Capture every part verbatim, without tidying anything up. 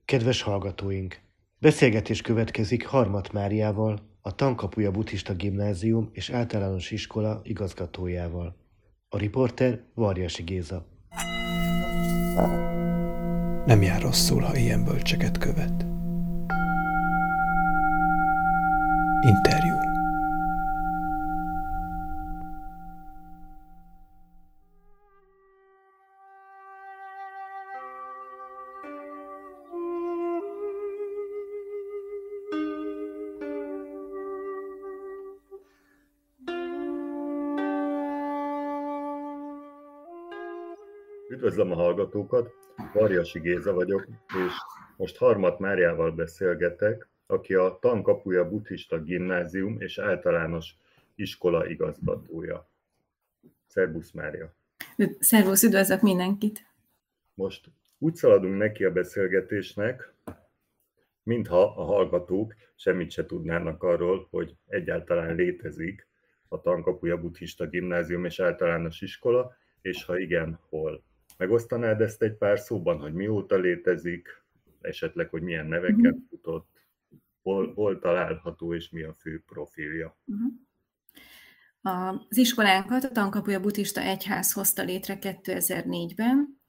Kedves hallgatóink! Beszélgetés következik Harmat Máriával, a Tankapuja Buddhista Gimnázium és Általános Iskola igazgatójával. A riporter Varjasi Géza. Nem jár rosszul, ha ilyen bölcseket követ. Interjú. Üdvözlöm a hallgatókat, Varjasi Géza vagyok, és most Harmat Máriával beszélgetek, aki a Tankapuja Buddhista Gimnázium és Általános Iskola igazgatója. Szerbusz Mária! Szervusz, üdvözlök mindenkit! Most úgy szaladunk neki a beszélgetésnek, mintha a hallgatók semmit se tudnának arról, hogy egyáltalán létezik a Tankapuja Buddhista Gimnázium és Általános Iskola, és ha igen, hol. Megosztanád ezt egy pár szóban, hogy mióta létezik, esetleg, hogy milyen neveken futott, hol, hol található és mi a fő profilja? Az iskolánkat a Tankapuja Buddhista Egyház hozta létre kétezer-négyben.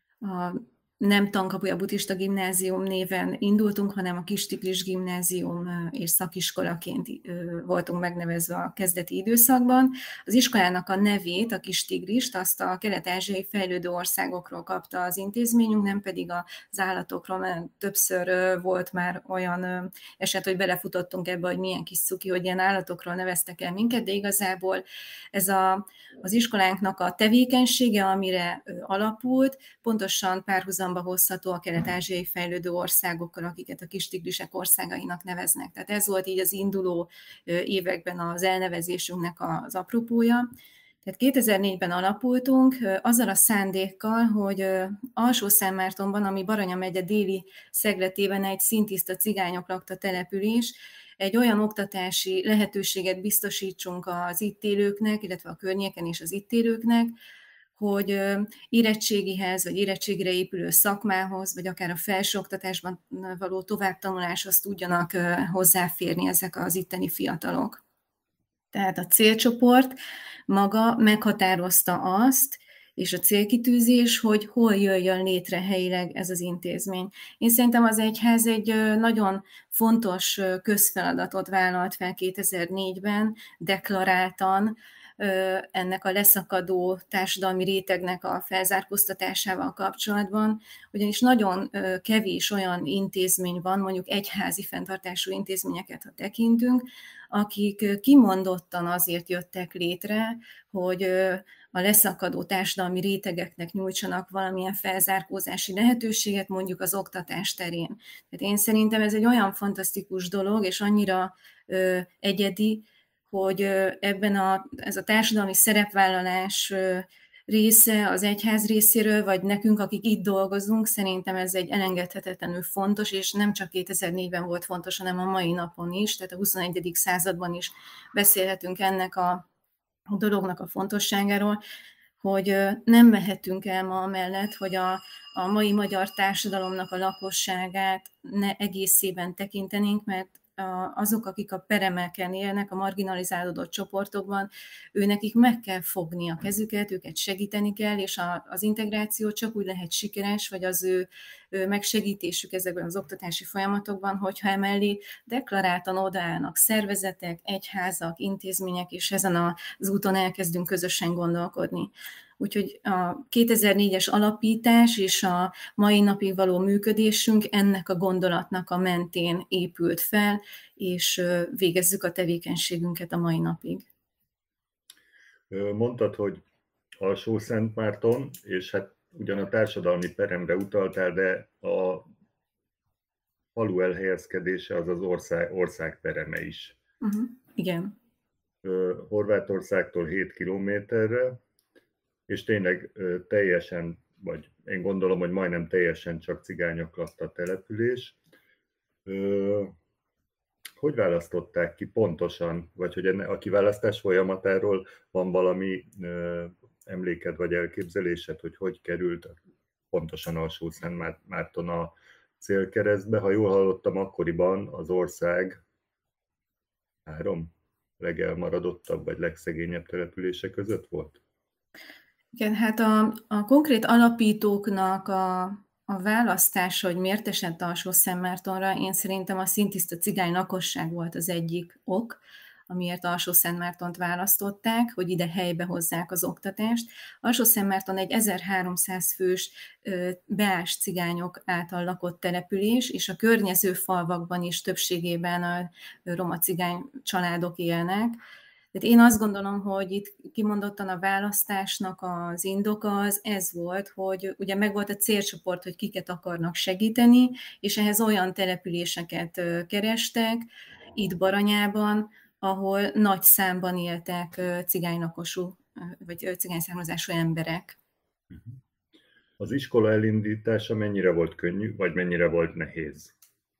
A nem Tankapuja Buddhista Gimnázium néven indultunk, hanem a Kis Tigris Gimnázium és szakiskolaként voltunk megnevezve a kezdeti időszakban. Az iskolának a nevét, a Kis Tigrist, azt a kelet-ázsiai fejlődő országokról kapta az intézményünk, nem pedig az állatokról, mert többször volt már olyan eset, hogy belefutottunk ebbe, hogy milyen kis cuki, hogy ilyen állatokról neveztek el minket, de igazából ez a, az iskolánknak a tevékenysége, amire alapult, pontosan párhuzam hozható a kelet-ázsiai fejlődő országokkal, akiket a Kis Tigrisek országainak neveznek. Tehát ez volt így az induló években az elnevezésünknek az apropója. Tehát kétezer-négyben alapultunk azzal a szándékkal, hogy Alsó-Szentmártonban, ami Baranya megye déli szegletében egy szintiszta cigányok lakta település, egy olyan oktatási lehetőséget biztosítsunk az itt élőknek, illetve a környéken és az itt élőknek, hogy érettségihez, vagy érettségre épülő szakmához, vagy akár a felsőoktatásban való továbbtanuláshoz tudjanak hozzáférni ezek az itteni fiatalok. Tehát a célcsoport maga meghatározta azt, és a célkitűzés, hogy hol jöjjön létre helyileg ez az intézmény. Én szerintem az egyház egy nagyon fontos közfeladatot vállalt fel kétezer-négyben, deklaráltan, ennek a leszakadó társadalmi rétegnek a felzárkóztatásával kapcsolatban, ugyanis nagyon kevés olyan intézmény van, mondjuk egyházi fenntartású intézményeket, ha tekintünk, akik kimondottan azért jöttek létre, hogy a leszakadó társadalmi rétegeknek nyújtsanak valamilyen felzárkózási lehetőséget, mondjuk az oktatás terén. Tehát én szerintem ez egy olyan fantasztikus dolog, és annyira egyedi, hogy ebben a, ez a társadalmi szerepvállalás része az egyház részéről, vagy nekünk, akik itt dolgozunk, szerintem ez egy elengedhetetlenül fontos, és nem csak kétezer-négyben volt fontos, hanem a mai napon is, tehát a huszonegyedik században is beszélhetünk ennek a, a dolognak a fontosságáról, hogy nem mehetünk el ma amellett, hogy a, a mai magyar társadalomnak a lakosságát ne egészében tekintenénk, mert azok, akik a peremeken élnek, a marginalizálódott csoportokban, őnekik meg kell fogni a kezüket, őket segíteni kell, és a, az integráció csak úgy lehet sikeres, vagy az ő, ő megsegítésük ezekben az oktatási folyamatokban, hogyha emellé deklaráltan odaállnak szervezetek, egyházak, intézmények, és ezen az úton elkezdünk közösen gondolkodni. Úgyhogy a kétezer-négyes alapítás és a mai napig való működésünk ennek a gondolatnak a mentén épült fel, és végezzük a tevékenységünket a mai napig. Mondtad, hogy Alsó-Szentmárton, és hát ugyan a társadalmi peremre utaltál, de a falu elhelyezkedése az az ország, ország pereme is. Uh-huh. Igen. Horvátországtól hét kilométerre, és tényleg teljesen, vagy én gondolom, hogy majdnem teljesen csak cigányok lakta a település. Hogy választották ki pontosan, vagy hogy a kiválasztás folyamatáról van valami emléked vagy elképzelésed, hogy hogy került pontosan Alsó-Szentmárton a célkeresztbe. Ha jól hallottam, akkoriban az ország három legelmaradottabb vagy legszegényebb települése között volt? Igen, hát a, a konkrét alapítóknak a, a választása, hogy miért esett Alsó-Szentmártonra, én szerintem a szintiszta cigány lakosság volt az egyik ok, amiért Alsó-Szentmártont választották, hogy ide helybe hozzák az oktatást. Alsó-Szentmárton egy ezerháromszáz fős beás cigányok által lakott település, és a környező falvakban is többségében a roma cigány családok élnek. Tehát én azt gondolom, hogy itt kimondottan a választásnak az indoka az ez volt, hogy ugye megvolt a célcsoport, hogy kiket akarnak segíteni, és ehhez olyan településeket kerestek, itt Baranyában, ahol nagy számban éltek cigánylakosú, vagy cigány származású emberek. Az iskola elindítása mennyire volt könnyű, vagy mennyire volt nehéz?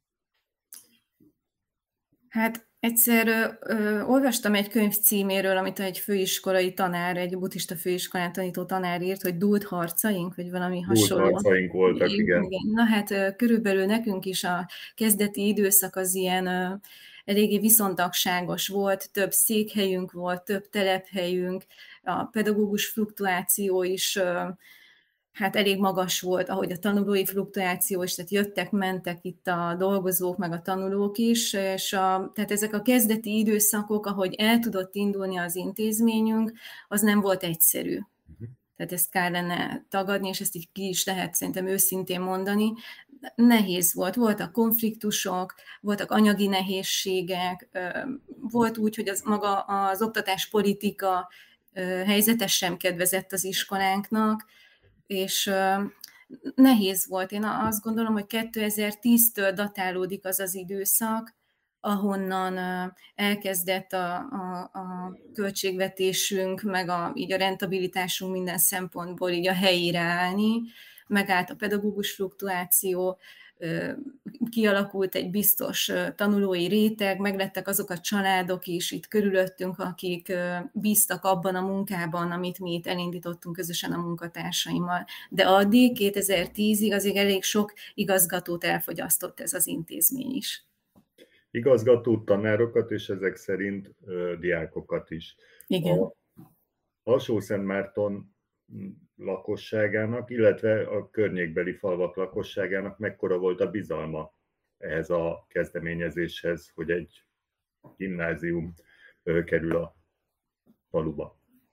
Hát egyszer ö, olvastam egy könyv címéről, amit egy főiskolai tanár, egy buddhista főiskolán tanító tanár írt, hogy dúlt harcaink, vagy valami Dúlt hasonló. harcaink voltak, igen. igen. Na hát körülbelül nekünk is a kezdeti időszak az ilyen ö, eléggé viszontagságos volt, több székhelyünk volt, több telephelyünk, a pedagógus fluktuáció is ö, hát elég magas volt, ahogy a tanulói fluktuáció is, tehát jöttek, mentek itt a dolgozók, meg a tanulók is, és a, tehát ezek a kezdeti időszakok, ahogy el tudott indulni az intézményünk, az nem volt egyszerű. Uh-huh. Tehát ezt kellene tagadni, és ezt így ki is lehet szerintem őszintén mondani. Nehéz volt, voltak konfliktusok, voltak anyagi nehézségek, volt úgy, hogy az maga az oktatáspolitika helyzete sem kedvezett az iskolánknak, és nehéz volt. Én azt gondolom, hogy kétezer-tíztől datálódik az az időszak, ahonnan elkezdett a, a, a költségvetésünk, meg a, így a rentabilitásunk minden szempontból így a helyére állni, megállt a pedagógus fluktuáció, kialakult egy biztos tanulói réteg, meglettek azok a családok is itt körülöttünk, akik bíztak abban a munkában, amit mi itt elindítottunk közösen a munkatársaimmal. De addig, kétezer-tízig azért elég sok igazgatót elfogyasztott ez az intézmény is. Igazgató tanárokat, és ezek szerint ö, diákokat is. Igen. A Alsó-Szentmárton lakosságának, illetve a környékbeli falvak lakosságának mekkora volt a bizalma ehhez a kezdeményezéshez, hogy egy gimnázium kerül a faluba?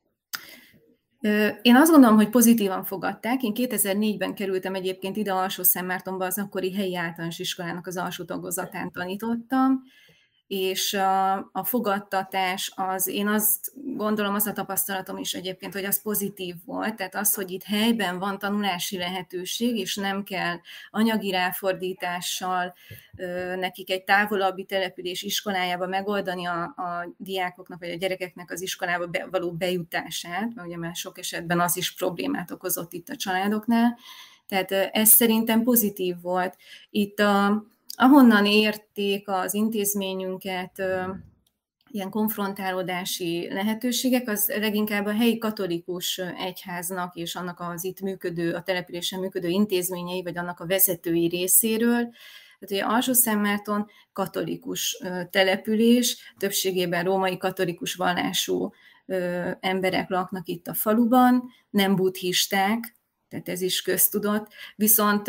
Én azt gondolom, hogy pozitívan fogadták. Én kétezer-négyben kerültem egyébként ide Alsó-Szentmártonba, az akkori helyi általános iskolának az alsó tagozatán tanítottam, és a, a fogadtatás az, én azt gondolom, az a tapasztalatom is egyébként, hogy az pozitív volt, tehát az, hogy itt helyben van tanulási lehetőség, és nem kell anyagi ráfordítással ö, nekik egy távolabbi település iskolájába megoldani a, a diákoknak, vagy a gyerekeknek az iskolába be, való bejutását, mert ugye már sok esetben az is problémát okozott itt a családoknál, tehát ez szerintem pozitív volt. Itt a ahonnan érték az intézményünket ilyen konfrontálódási lehetőségek, az leginkább a helyi katolikus egyháznak és annak az itt működő, a településen működő intézményei, vagy annak a vezetői részéről. Tehát ugye Alsó-Szentmárton katolikus település, többségében római katolikus vallású emberek laknak itt a faluban, nem buddhisták, tehát ez is köztudott, viszont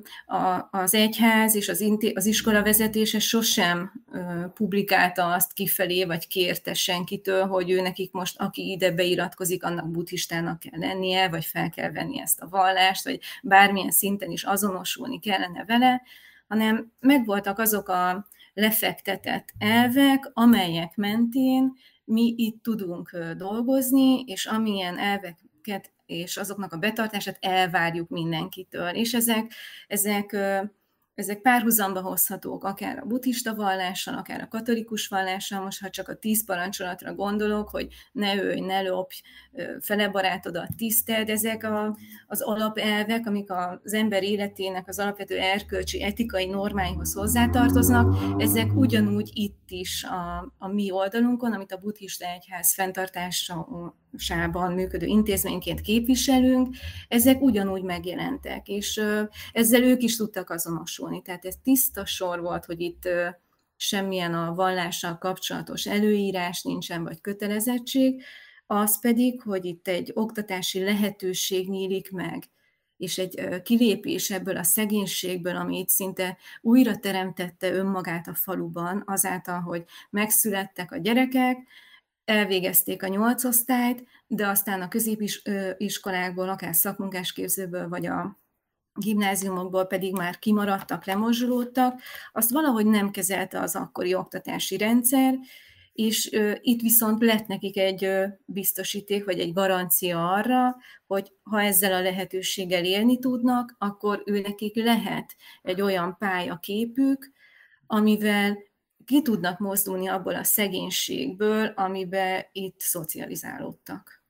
az egyház és az, inté- az iskola vezetése sosem publikálta azt kifelé, vagy kérte senkitől, hogy ő nekik most, aki ide beiratkozik, annak buddhistának kell lennie, vagy fel kell venni ezt a vallást, vagy bármilyen szinten is azonosulni kellene vele, hanem megvoltak azok a lefektetett elvek, amelyek mentén mi itt tudunk dolgozni, és amilyen elveket és azoknak a betartását elvárjuk mindenkitől. És ezek, ezek, ezek párhuzamba hozhatók, akár a buddhista vallással, akár a katolikus vallással, most ha csak a tíz parancsolatra gondolok, hogy ne ölj, ne lopj, fele barátodat tiszteld, ezek a, az alapelvek, amik az ember életének az alapvető erkölcsi, etikai normáihoz hozzátartoznak, ezek ugyanúgy itt is a, a mi oldalunkon, amit a buddhista egyház fenntartása sában működő intézményként képviselünk, ezek ugyanúgy megjelentek, és ezzel ők is tudtak azonosulni. Tehát ez tiszta sor volt, hogy itt semmilyen a vallással kapcsolatos előírás nincsen, vagy kötelezettség, az pedig, hogy itt egy oktatási lehetőség nyílik meg, és egy kilépés ebből a szegénységből, ami itt szinte újra teremtette önmagát a faluban, azáltal, hogy megszülettek a gyerekek, elvégezték a nyolcosztályt, de aztán a középiskolákból, akár szakmunkásképzőből, vagy a gimnáziumokból pedig már kimaradtak, lemorzsolódtak, azt valahogy nem kezelte az akkori oktatási rendszer, és itt viszont lett nekik egy biztosíték, vagy egy garancia arra, hogy ha ezzel a lehetőséggel élni tudnak, akkor ő nekik lehet egy olyan pályaképük, amivel ki tudnak mozdulni abból a szegénységből, amiben itt szocializálódtak.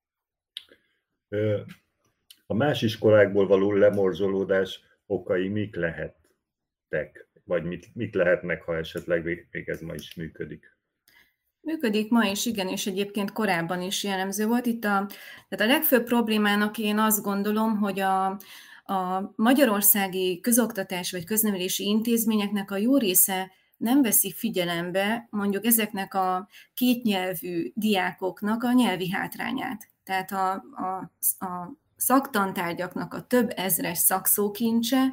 A más iskolákból való lemorzsolódás okai mik lehettek? Vagy mit, mit lehetnek, ha esetleg még ez ma is működik? Működik ma is, igen, és egyébként korábban is jellemző volt. Itt a, tehát a legfőbb problémának én azt gondolom, hogy a, a magyarországi közoktatás vagy köznevelési intézményeknek a jó része nem veszi figyelembe mondjuk ezeknek a kétnyelvű diákoknak a nyelvi hátrányát. Tehát a, a, a szaktantárgyaknak a több ezres szakszókincse,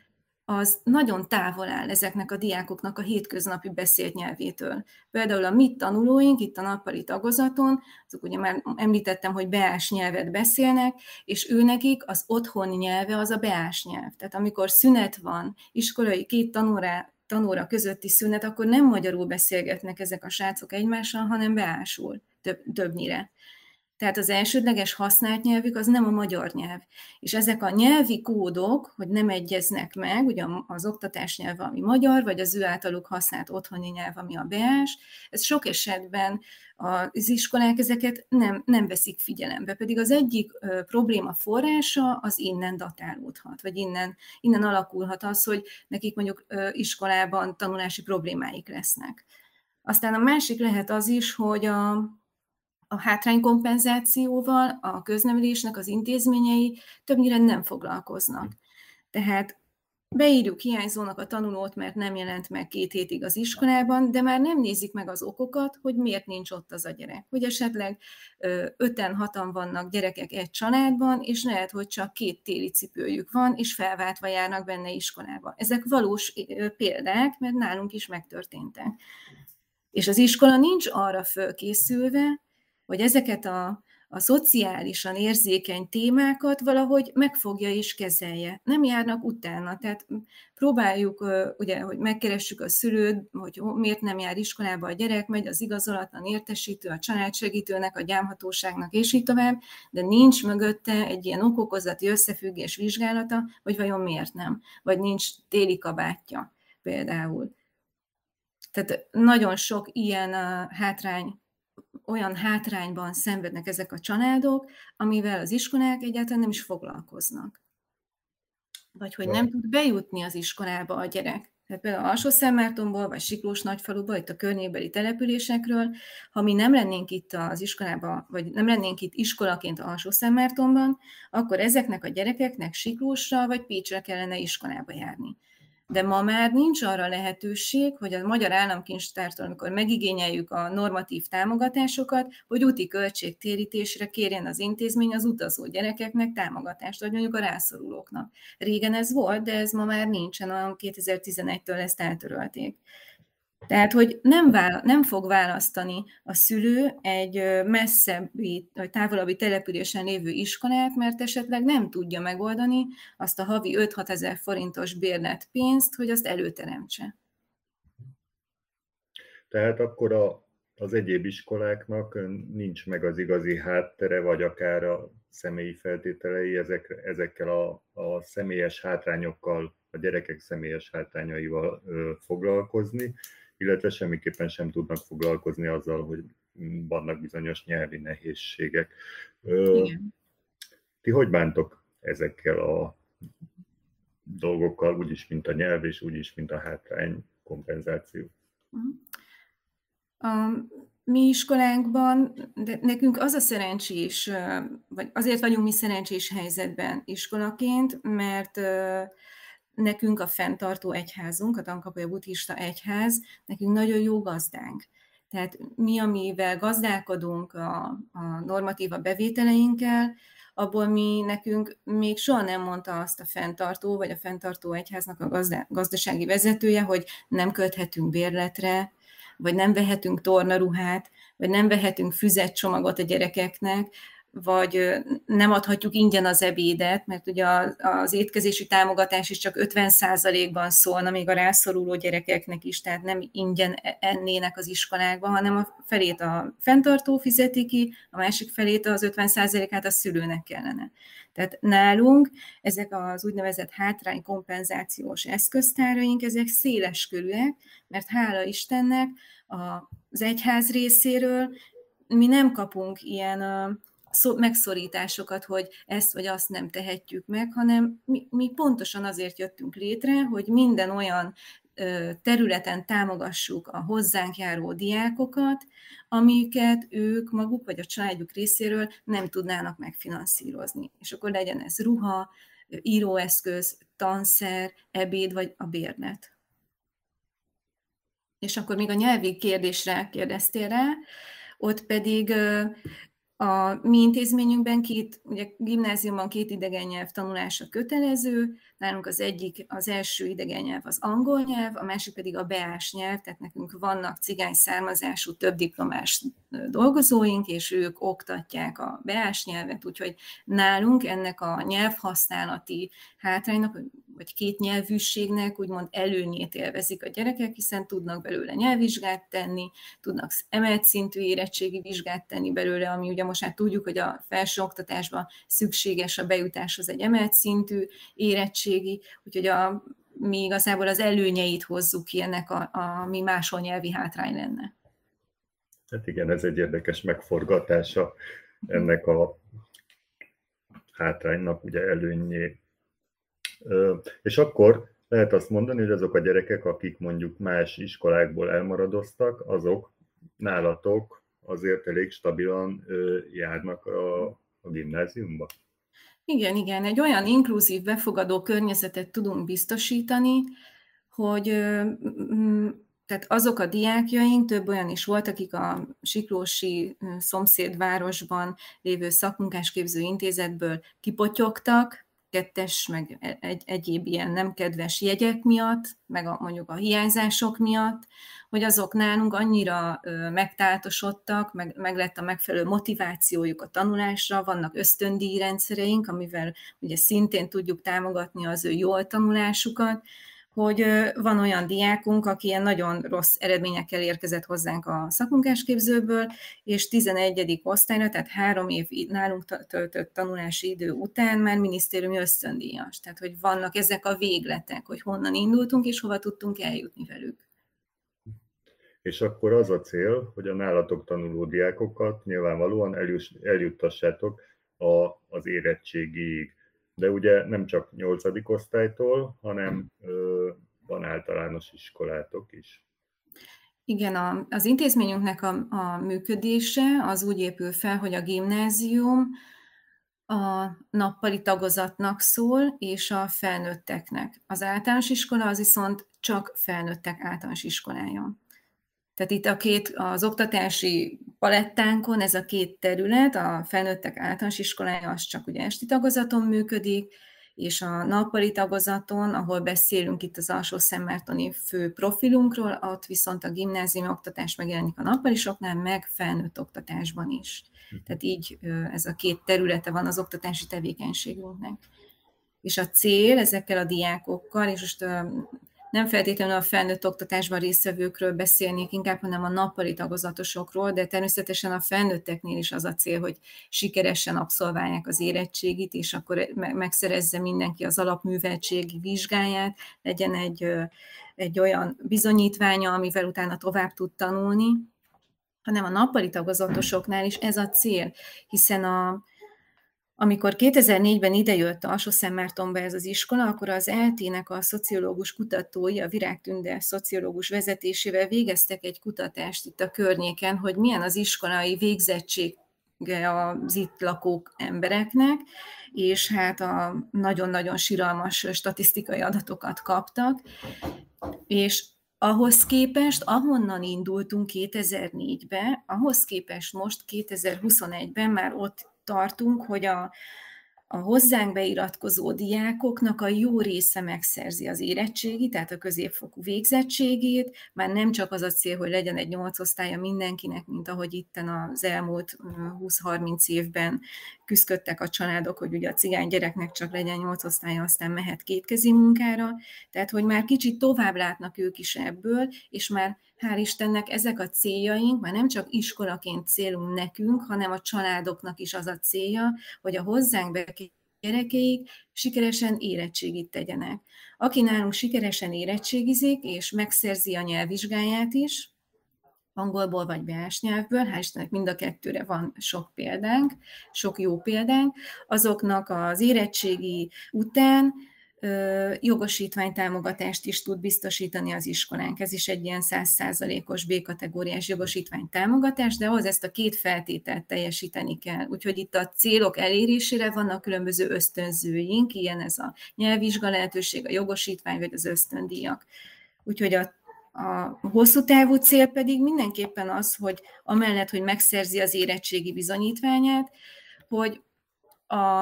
az nagyon távol áll ezeknek a diákoknak a hétköznapi beszélt nyelvétől. Például a mi tanulóink itt a nappali tagozaton, azok ugye már említettem, hogy beás nyelvet beszélnek, és őnekik az otthoni nyelve az a beás nyelv. Tehát amikor szünet van, iskolai két tanóra, tanóra közötti szünet, akkor nem magyarul beszélgetnek ezek a srácok egymással, hanem beásul több, többnyire. Tehát az elsődleges használt nyelvük az nem a magyar nyelv. És ezek a nyelvi kódok, hogy nem egyeznek meg, ugye az oktatás nyelve, ami magyar, vagy az ő általuk használt otthoni nyelv, ami a beás, ez sok esetben az iskolák ezeket nem, nem veszik figyelembe. Pedig az egyik ö, probléma forrása az innen datálódhat, vagy innen, innen alakulhat az, hogy nekik mondjuk ö, iskolában tanulási problémáik lesznek. Aztán a másik lehet az is, hogy a A hátránykompenzációval a köznevelésnek az intézményei többnyire nem foglalkoznak. Tehát beírjuk hiányzónak a tanulót, mert nem jelent meg két hétig az iskolában, de már nem nézik meg az okokat, hogy miért nincs ott az a gyerek. Hogy esetleg öten, hatan vannak gyerekek egy családban, és lehet, hogy csak két téli cipőjük van, és felváltva járnak benne iskolába. Ezek valós példák, mert nálunk is megtörténtek. És az iskola nincs arra fölkészülve, hogy ezeket a, a szociálisan érzékeny témákat valahogy megfogja és kezelje. Nem járnak utána, tehát próbáljuk, ugye, hogy megkeressük a szülőt, hogy miért nem jár iskolába a gyerek, megy az igazolatlan értesítő, a családsegítőnek, a gyámhatóságnak, és így tovább, de nincs mögötte egy ilyen okokozati összefüggés vizsgálata, hogy vajon miért nem, vagy nincs téli kabátja például. Tehát nagyon sok ilyen hátrány, olyan hátrányban szenvednek ezek a családok, amivel az iskolák egyáltalán nem is foglalkoznak. Vagy hogy nem tud bejutni az iskolába a gyerek. Tehát például Alsó-Szentmártonból, vagy Siklós-Nagyfaluból, itt a környékbeli településekről, ha mi nem lennénk itt az iskolába, vagy nem lennénk itt iskolaként Alsó-Szentmártonban, akkor ezeknek a gyerekeknek Siklósra vagy Pécsre kellene iskolába járni. De ma már nincs arra lehetőség, hogy a Magyar Államkincstártól, amikor megigényeljük a normatív támogatásokat, hogy úti költségtérítésre kérjen az intézmény az utazó gyerekeknek támogatást, vagy mondjuk a rászorulóknak. Régen ez volt, de ez ma már nincsen, a kétezer-tizenegytől ezt eltörölték. Tehát, hogy nem, vála- nem fog választani a szülő egy messzebbi, vagy távolabbi településen lévő iskolát, mert esetleg nem tudja megoldani azt a havi öt-hat ezer forintos bérletpénzt, hogy azt előteremtse. Tehát akkor a, az egyéb iskoláknak nincs meg az igazi háttere, vagy akár a személyi feltételei ezek, ezekkel a, a személyes hátrányokkal, a gyerekek személyes hátrányaival ö, foglalkozni, illetve semmiképpen sem tudnak foglalkozni azzal, hogy vannak bizonyos nyelvi nehézségek. Igen. Ti hogy bántok ezekkel a dolgokkal, úgyis, mint a nyelv, és úgyis, mint a hátrány kompenzáció? A mi iskolánkban, de nekünk az a szerencsés, vagy azért vagyunk mi szerencsés helyzetben iskolaként, mert nekünk a fenntartó egyházunk, a Tankapulya Buddhista Egyház, nekünk nagyon jó gazdánk. Tehát mi, amivel gazdálkodunk a, a normatíva bevételeinkkel, abból mi nekünk még soha nem mondta azt a fenntartó, vagy a fenntartó egyháznak a gazda, gazdasági vezetője, hogy nem költhetünk bérletre, vagy nem vehetünk tornaruhát, vagy nem vehetünk füzetcsomagot a gyerekeknek, vagy nem adhatjuk ingyen az ebédet, mert ugye az étkezési támogatás is csak ötven százalékban szólna még a rászoruló gyerekeknek is, tehát nem ingyen ennének az iskolákban, hanem a felét a fenntartó fizeti ki, a másik felét az ötven százalékát a szülőnek kellene. Tehát nálunk ezek az úgynevezett hátránykompenzációs eszköztáraink, ezek széles körűek, mert hála Istennek az egyház részéről mi nem kapunk ilyen megszorításokat, hogy ezt vagy azt nem tehetjük meg, hanem mi, mi pontosan azért jöttünk létre, hogy minden olyan területen támogassuk a hozzánk járó diákokat, amiket ők maguk vagy a családjuk részéről nem tudnának megfinanszírozni. És akkor legyen ez ruha, íróeszköz, tanszer, ebéd vagy a bérlet. És akkor még a nyelvi kérdésre kérdeztél rá, ott pedig a mi intézményünkben két, ugye gimnáziumban két idegen nyelv tanulása kötelező, nálunk az egyik, az első idegen nyelv az angol nyelv, a másik pedig a beás nyelv, tehát nekünk vannak cigány származású több diplomás dolgozóink, és ők oktatják a beás nyelvet, úgyhogy nálunk ennek a nyelvhasználati hátránynak, vagy két nyelvűségnek úgymond előnyét élvezik a gyerekek, hiszen tudnak belőle nyelvvizsgát tenni, tudnak emelt szintű érettségi vizsgát tenni belőle, ami ugye most már tudjuk, hogy a felsőoktatásban szükséges a bejutáshoz egy emelt szintű érettségi, úgyhogy a, mi igazából az előnyeit hozzuk ki ennek, a, a mi máshol nyelvi hátrány lenne. Hát igen, ez egy érdekes megforgatása ennek a hátránynak, ugye előnyé. És akkor lehet azt mondani, hogy azok a gyerekek, akik mondjuk más iskolákból elmaradoztak, azok nálatok azért elég stabilan járnak a, a gimnáziumba? Igen, igen, egy olyan inkluzív, befogadó környezetet tudunk biztosítani, hogy tehát azok a diákjaink, több olyan is volt, akik a siklósi szomszédvárosban lévő szakmunkásképző intézetből kipotyogtak, kettes, meg egy, egyéb ilyen nem kedves jegyek miatt, meg a, mondjuk a hiányzások miatt, hogy azok nálunk annyira ö, megtáltosodtak, meg, meg lett a megfelelő motivációjuk a tanulásra, vannak ösztöndíjrendszereink, amivel ugye szintén tudjuk támogatni az ő jól tanulásukat, hogy van olyan diákunk, aki ilyen nagyon rossz eredményekkel érkezett hozzánk a szakmunkásképzőből, és tizenegyedik osztályra, tehát három év nálunk töltött tanulási idő után már minisztériumi ösztöndíjas. Tehát, hogy vannak ezek a végletek, hogy honnan indultunk, és hova tudtunk eljutni velük. És akkor az a cél, hogy a nálatok tanuló diákokat nyilvánvalóan eljuttassátok az érettségig. De ugye nem csak nyolcadik osztálytól, hanem ö, van általános iskolátok is. Igen, a, az intézményünknek a, a működése az úgy épül fel, hogy a gimnázium a nappali tagozatnak szól, és a felnőtteknek. Az általános iskola az viszont csak felnőttek általános iskolája. Tehát itt a két, az oktatási palettánkon ez a két terület, a felnőttek általános iskolája, az csak ugye esti tagozaton működik, és a nappali tagozaton, ahol beszélünk itt az Alsó-Szentmártoni fő profilunkról, ott viszont a gimnáziumi oktatás megjelenik a nappalisoknál, meg felnőtt oktatásban is. Tehát így ez a két területe van az oktatási tevékenységünknek. És a cél ezekkel a diákokkal, és most nem feltétlenül a felnőtt oktatásban résztvevőkről beszélnék inkább, hanem a nappali tagozatosokról, de természetesen a felnőtteknél is az a cél, hogy sikeresen abszolválják az érettségit, és akkor megszerezze mindenki az alapműveltségi vizsgáját, legyen egy, egy olyan bizonyítványa, amivel utána tovább tud tanulni, hanem a nappali tagozatosoknál is ez a cél, hiszen a Amikor kétezer-négyben idejött Alsó-Szentmártonba ez az iskola, akkor az é el té-nek a szociológus kutatói, a Virág Tünde szociológus vezetésével végeztek egy kutatást itt a környéken, hogy milyen az iskolai végzettsége az itt lakók embereknek, és hát a nagyon-nagyon siralmas statisztikai adatokat kaptak, és ahhoz képest, ahonnan indultunk kétezer-négybe, ahhoz képest most kétezer-huszonegyben már ott tartunk, hogy a, a hozzánk beiratkozó diákoknak a jó része megszerzi az érettségi, tehát a középfokú végzettségét. Már nem csak az a cél, hogy legyen egy nyolc osztálya mindenkinek, mint ahogy itten az elmúlt húsz-harminc évben küzdöttek a családok, hogy ugye a cigány gyereknek csak legyen nyolc osztálya, aztán mehet kétkezi munkára. Tehát, hogy már kicsit tovább látnak ők is ebből, és már hál' Istennek ezek a céljaink már nem csak iskolaként célunk nekünk, hanem a családoknak is az a célja, hogy a hozzánk be gyerekeik sikeresen érettségit tegyenek. Aki nálunk sikeresen érettségizik, és megszerzi a nyelvvizsgáját is, angolból vagy beás nyelvből, hál' Istennek mind a kettőre van sok példánk, sok jó példánk, azoknak az érettségi után jogosítványtámogatást is tud biztosítani az iskolánk. Ez is egy ilyen száz százalékos B-kategóriás jogosítványtámogatás, de ahhoz ezt a két feltételt teljesíteni kell. Úgyhogy itt a célok elérésére vannak különböző ösztönzőink, ilyen ez a nyelvvizsga lehetőség, a jogosítvány vagy az ösztöndíjak. Úgyhogy a, a hosszú távú cél pedig mindenképpen az, hogy amellett, hogy megszerzi az érettségi bizonyítványát, hogy a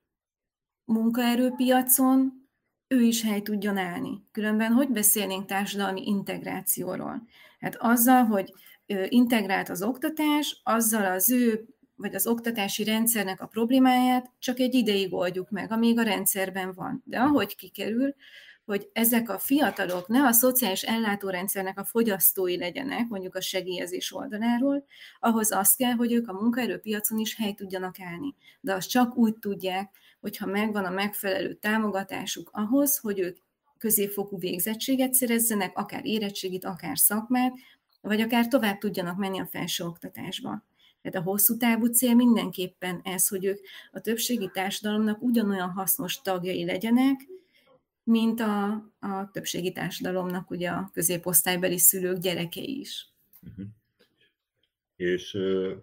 munkaerőpiacon ő is hely tudjon állni. Különben hogy beszélnénk társadalmi integrációról? Hát azzal, hogy integrált az oktatás, azzal az ő, vagy az oktatási rendszernek a problémáját csak egy ideig oldjuk meg, amíg a rendszerben van. De ahogy kikerül, hogy ezek a fiatalok ne a szociális ellátórendszernek a fogyasztói legyenek, mondjuk a segélyezés oldaláról, ahhoz azt kell, hogy ők a munkaerőpiacon is hely tudjanak állni. De azt csak úgy tudják, hogyha megvan a megfelelő támogatásuk ahhoz, hogy ők középfokú végzettséget szerezzenek, akár érettségit, akár szakmát, vagy akár tovább tudjanak menni a felsőoktatásba. Tehát a hosszú távú cél mindenképpen ez, hogy ők a többségi társadalomnak ugyanolyan hasznos tagjai legyenek, mint a, a többségi társadalomnak ugye a középosztálybeli szülők gyerekei is. Uh-huh. És ö,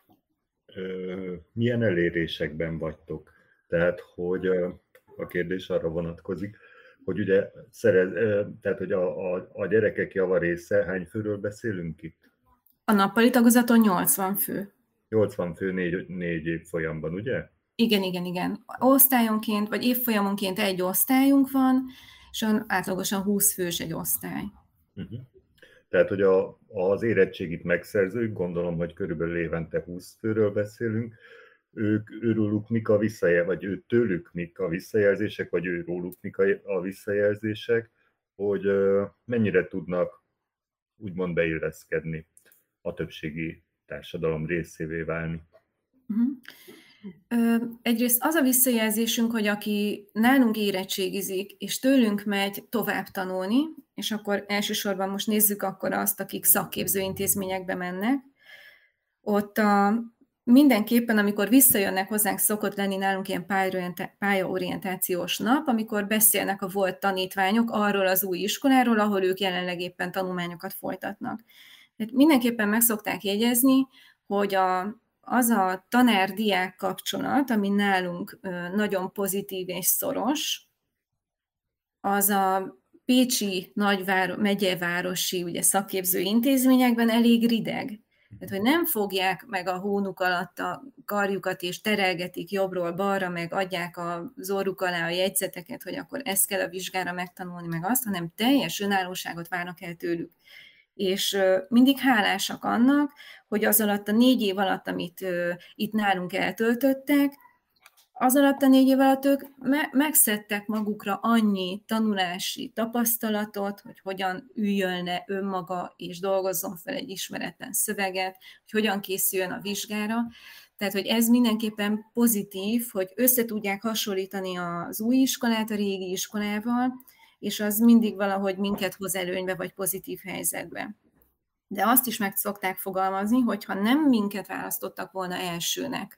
ö, milyen elérésekben vagytok? Tehát, hogy ö, a kérdés arra vonatkozik, hogy ugye szerez, ö, tehát, hogy a, a, a gyerekek javarésze, hány főről beszélünk itt? A nappali tagozaton nyolcvan fő. nyolcvan fő négy, négy évfolyamban, ugye? Igen, igen, igen. Osztályonként, vagy évfolyamonként egy osztályunk van, és átlagosan húsz fős egy osztály. Uh-huh. Tehát, hogy a, az érettségit megszerzők, gondolom, hogy körülbelül évente húsz főről beszélünk, ők, őróluk mik a visszajelzések, vagy ő tőlük mik a visszajelzések, vagy őróluk mik a visszajelzések, hogy uh, mennyire tudnak úgymond beilleszkedni a többségi társadalom részévé válni. Uh-huh. Egyrészt az a visszajelzésünk, hogy aki nálunk érettségizik, és tőlünk megy tovább tanulni, és akkor elsősorban most nézzük akkor azt, akik szakképző intézményekbe mennek, ott a, mindenképpen, amikor visszajönnek hozzánk, szokott lenni nálunk ilyen pályaorientációs nap, amikor beszélnek a volt tanítványok arról az új iskoláról, ahol ők jelenleg éppen tanulmányokat folytatnak. Tehát mindenképpen meg szokták jegyezni, hogy a az a tanár-diák kapcsolat, ami nálunk nagyon pozitív és szoros, az a pécsi nagyváros, megyevárosi ugye, szakképző intézményekben elég rideg. Tehát, hogy nem fogják meg a hónuk alatt a karjukat és terelgetik jobbról balra, meg adják az orruk alá a jegyzeteket, hogy akkor ezt kell a vizsgára megtanulni, meg azt, hanem teljes önállóságot várnak el tőlük. És mindig hálásak annak, hogy az alatt a négy év alatt, amit itt nálunk eltöltöttek, az alatt a négy év alatt ők me- megszedtek magukra annyi tanulási tapasztalatot, hogy hogyan üljön le önmaga és dolgozzon fel egy ismeretlen szöveget, hogy hogyan készüljön a vizsgára. Tehát, hogy ez mindenképpen pozitív, hogy össze tudják hasonlítani az új iskolát a régi iskolával, és az mindig valahogy minket hoz előnybe, vagy pozitív helyzetbe. De azt is meg szokták fogalmazni, hogy ha nem minket választottak volna elsőnek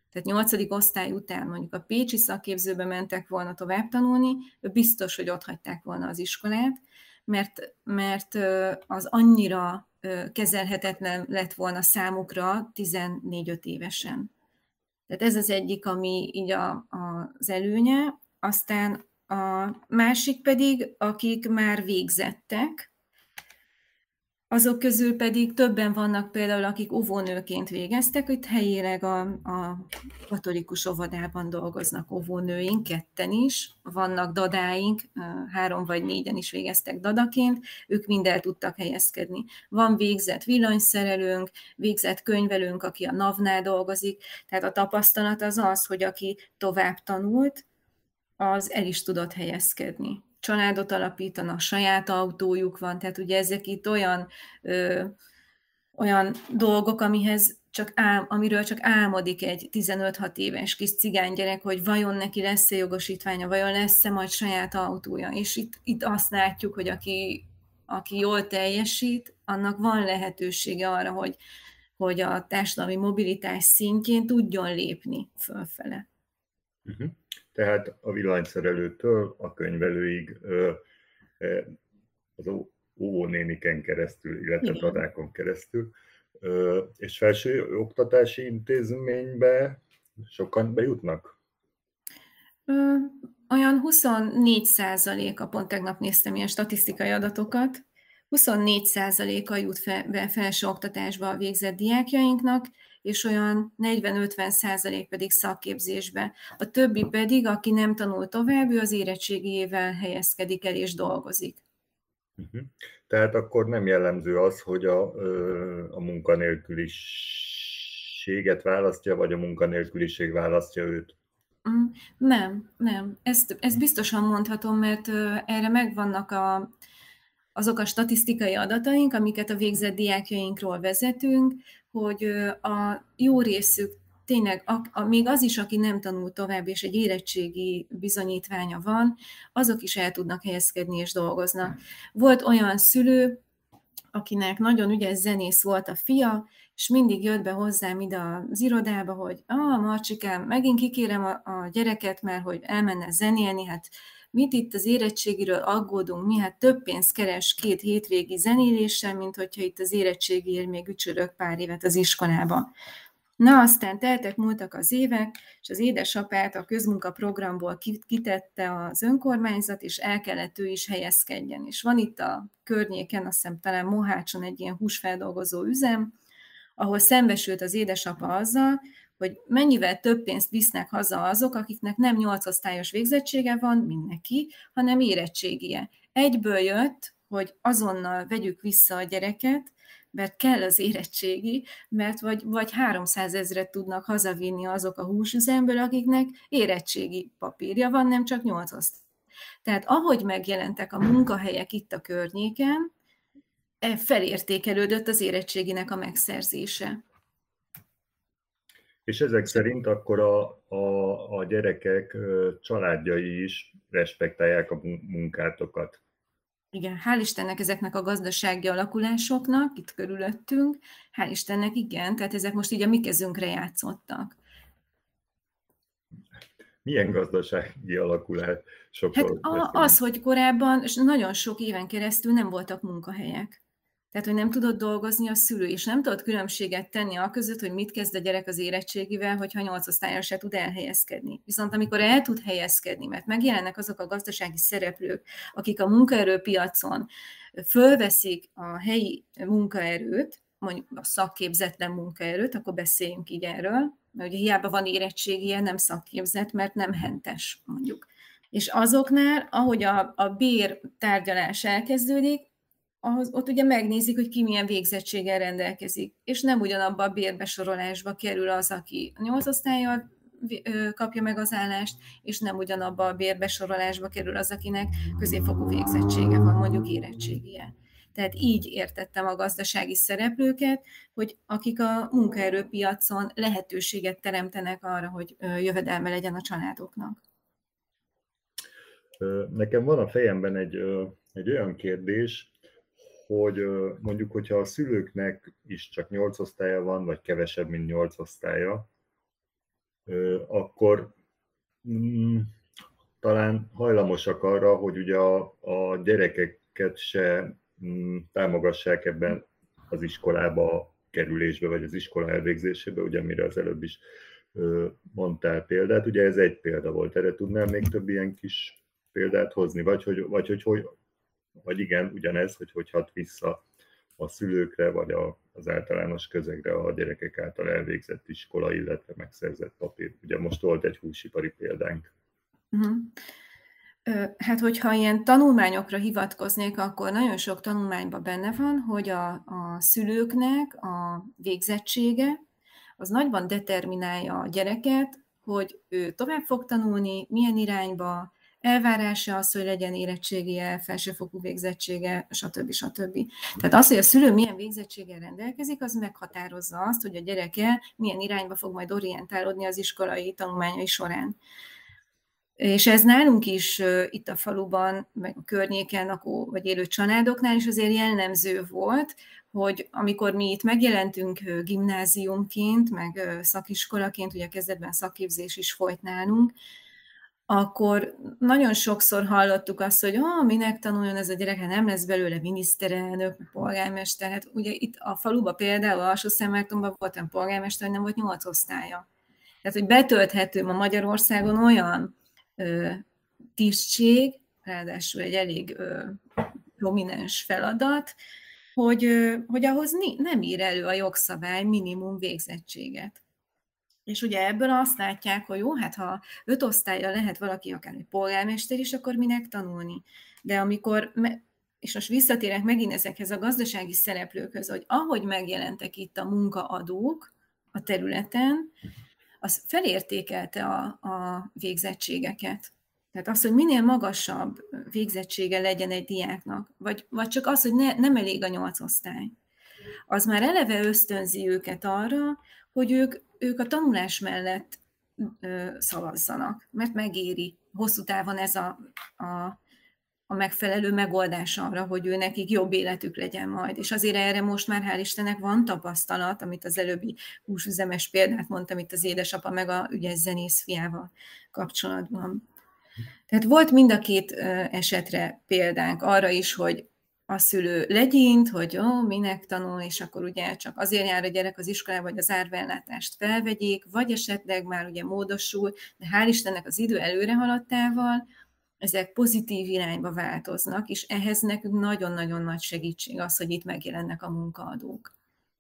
Tehát nyolcadik osztály után mondjuk a pécsi szakképzőbe mentek volna tovább tanulni, biztos, hogy ott hagyták volna az iskolát, mert, mert az annyira kezelhetetlen lett volna számukra tizennégy-öt évesen. Tehát ez az egyik, ami így a, a, az előnye. Aztán a másik pedig, akik már végzettek, azok közül pedig többen vannak például, akik óvónőként végeztek, itt helyileg a, a katolikus óvodában dolgoznak óvónőink, ketten is, vannak dadáink, három vagy négyen is végeztek dadaként, ők mind el tudtak helyezkedni. Van végzett villanyszerelőnk, végzett könyvelőnk, aki a navnál dolgozik, tehát a tapasztalat az az, hogy aki tovább tanult, az el is tudott helyezkedni. Családot alapítanak, saját autójuk van, tehát ugye ezek itt olyan, ö, olyan dolgok, amihez csak ál, amiről csak álmodik egy tizenöt-hat éves kis cigánygyerek, hogy vajon neki lesz-e jogosítványa, vajon lesz-e majd saját autója. És itt, itt azt látjuk, hogy aki, aki jól teljesít, annak van lehetősége arra, hogy, hogy a társadalmi mobilitás szintjén tudjon lépni fölfele. Uh-huh. Tehát a villanyszerelőtől a könyvelőig az óvónéniken keresztül, illetve Igen. dadákon keresztül, és felső oktatási intézménybe sokan bejutnak? Olyan huszonnégy százaléka, pont tegnap néztem ilyen statisztikai adatokat, huszonnégy százaléka jut be felső oktatásba a végzett diákjainknak, és olyan negyven-ötven százalék pedig szakképzésbe. A többi pedig, aki nem tanul tovább, ő az érettségijével helyezkedik el és dolgozik. Uh-huh. Tehát akkor nem jellemző az, hogy a, a munkanélküliséget választja, vagy a munkanélküliség választja őt? Nem, nem. Ezt, ezt biztosan mondhatom, mert erre megvannak a, azok a statisztikai adataink, amiket a végzett diákjainkról vezetünk, hogy a jó részük tényleg, a, a, még az is, aki nem tanul tovább, és egy érettségi bizonyítványa van, azok is el tudnak helyezkedni és dolgoznak. Volt olyan szülő, akinek nagyon ügyes zenész volt a fia, és mindig jött be hozzám ide az irodába, hogy ah, Marcsikám, megint kikérem a, a gyereket, mert hogy elmenne zenélni, hát mit itt az érettségiről aggódunk, mi hát több pénzt keres két hétvégi zenéléssel, mint hogyha itt az érettségiért még ücsörök pár évet az iskolába. Na, aztán teltek, múltak az évek, és az édesapát a közmunkaprogramból kitette az önkormányzat, és el kellett ő is helyezkedjen. És van itt a környéken, azt hiszem talán Mohácson egy ilyen húsfeldolgozó üzem, ahol szembesült az édesapa azzal, hogy mennyivel több pénzt visznek haza azok, akiknek nem nyolc osztályos végzettsége van, mint neki, hanem érettségie. Egyből jött, hogy azonnal vegyük vissza a gyereket, mert kell az érettségi, mert vagy, vagy háromszázezret tudnak hazavinni azok a húsüzemből, akiknek érettségi papírja van, nem csak nyolc osztály. Tehát ahogy megjelentek a munkahelyek itt a környéken, felértékelődött az érettséginek a megszerzése. És ezek szerint akkor a, a, a gyerekek családjai is respektálják a munkátokat. Igen, hál' Istennek ezeknek a gazdasági alakulásoknak, itt körülöttünk, hál' Istennek igen, tehát ezek most így a mi kezünkre játszottak. Milyen gazdasági alakulásokról? Hát az, hogy korábban nagyon sok éven keresztül nem voltak munkahelyek. Tehát, hogy nem tudott dolgozni a szülő, és nem tudott különbséget tenni a között, hogy mit kezd a gyerek az érettségivel, hogyha nyolc osztályra se tud elhelyezkedni. Viszont amikor el tud helyezkedni, mert megjelennek azok a gazdasági szereplők, akik a munkaerőpiacon fölveszik a helyi munkaerőt, mondjuk a szakképzetlen munkaerőt, akkor beszéljünk így erről, mert ugye hiába van érettségie, nem szakképzett, mert nem hentes, mondjuk. És azoknál, ahogy a, a bér tárgyalás elkezdődik, ahhoz, ott ugye megnézik, hogy ki milyen végzettséggel rendelkezik, és nem ugyanabba a bérbesorolásba kerül az, aki nyolc osztállyal kapja meg az állást, és nem ugyanabba a bérbesorolásba kerül az, akinek középfokú végzettsége van, mondjuk érettségie. Tehát így értettem a gazdasági szereplőket, hogy akik a munkaerőpiacon lehetőséget teremtenek arra, hogy jövedelme legyen a családoknak. Nekem van a fejemben egy, egy olyan kérdés, hogy mondjuk, hogyha a szülőknek is csak nyolc osztálya van, vagy kevesebb, mint nyolc osztálya, akkor mm, talán hajlamosak arra, hogy ugye a, a gyerekeket se mm, támogassák ebben az iskolába kerülésbe, vagy az iskola elvégzésébe, ugye amire az előbb is mondtál példát. Ugye ez egy példa volt, erre tudnál még több ilyen kis példát hozni, vagy hogy, vagy, hogy, hogy vagy igen, ugyanez, hogy hogy hat vissza a szülőkre, vagy a, az általános közegre a gyerekek által elvégzett iskola, illetve megszerzett papír. Ugye most volt egy húsipari példánk. Uh-huh. Hát, hogyha ilyen tanulmányokra hivatkoznék, akkor nagyon sok tanulmányban benne van, hogy a, a szülőknek a végzettsége az nagyban determinálja a gyereket, hogy ő tovább fog tanulni, milyen irányba, elvárása az, hogy legyen érettségie, felsőfokú végzettsége, stb. stb. Tehát az, hogy a szülő milyen végzettséggel rendelkezik, az meghatározza azt, hogy a gyereke milyen irányba fog majd orientálódni az iskolai tanulmányai során. És ez nálunk is itt a faluban, meg a környéken lakó vagy élő családoknál is azért jellemző volt, hogy amikor mi itt megjelentünk gimnáziumként, meg szakiskolaként, ugye kezdetben szakképzés is folyt nálunk, akkor nagyon sokszor hallottuk azt, hogy oh, minek tanuljon ez a gyerek, hát nem lesz belőle miniszterelnök, polgármester. Hát ugye itt a faluban például Alsó-Szentmártonban volt olyan polgármester, hogy nem volt nyolc osztálya. Tehát, hogy betölthető ma Magyarországon olyan ö, tisztség, ráadásul egy elég ö, prominens feladat, hogy, ö, hogy ahhoz nem ír elő a jogszabály minimum végzettséget. És ugye ebből azt látják, hogy jó, hát ha öt osztályra lehet valaki akár egy polgármester is, akkor minek tanulni. De amikor, és most visszatérek megint ezekhez a gazdasági szereplőkhöz, hogy ahogy megjelentek itt a munkaadók a területen, az felértékelte a, a végzettségeket. Tehát az, hogy minél magasabb végzettsége legyen egy diáknak, vagy, vagy csak az, hogy ne, nem elég a nyolc osztály, az már eleve ösztönzi őket arra, hogy ők, ők a tanulás mellett ö, szavazzanak, mert megéri. Hosszú távon ez a, a, a megfelelő megoldás arra, hogy ő nekik jobb életük legyen majd. És azért erre most már hál' Istennek van tapasztalat, amit az előbbi húsüzemes példát mondtam itt az édesapa meg a ügyes zenész fiával kapcsolatban. Tehát volt mind a két esetre példánk arra is, hogy a szülő legyint, hogy ó, minek tanul, és akkor ugye csak azért jár a gyerek az iskolába, hogy az árvaellátást felvegyék, vagy esetleg már ugye módosul, de hál' Istennek az idő előre haladtával ezek pozitív irányba változnak, és ehhez nekünk nagyon-nagyon nagy segítség az, hogy itt megjelennek a munkaadók.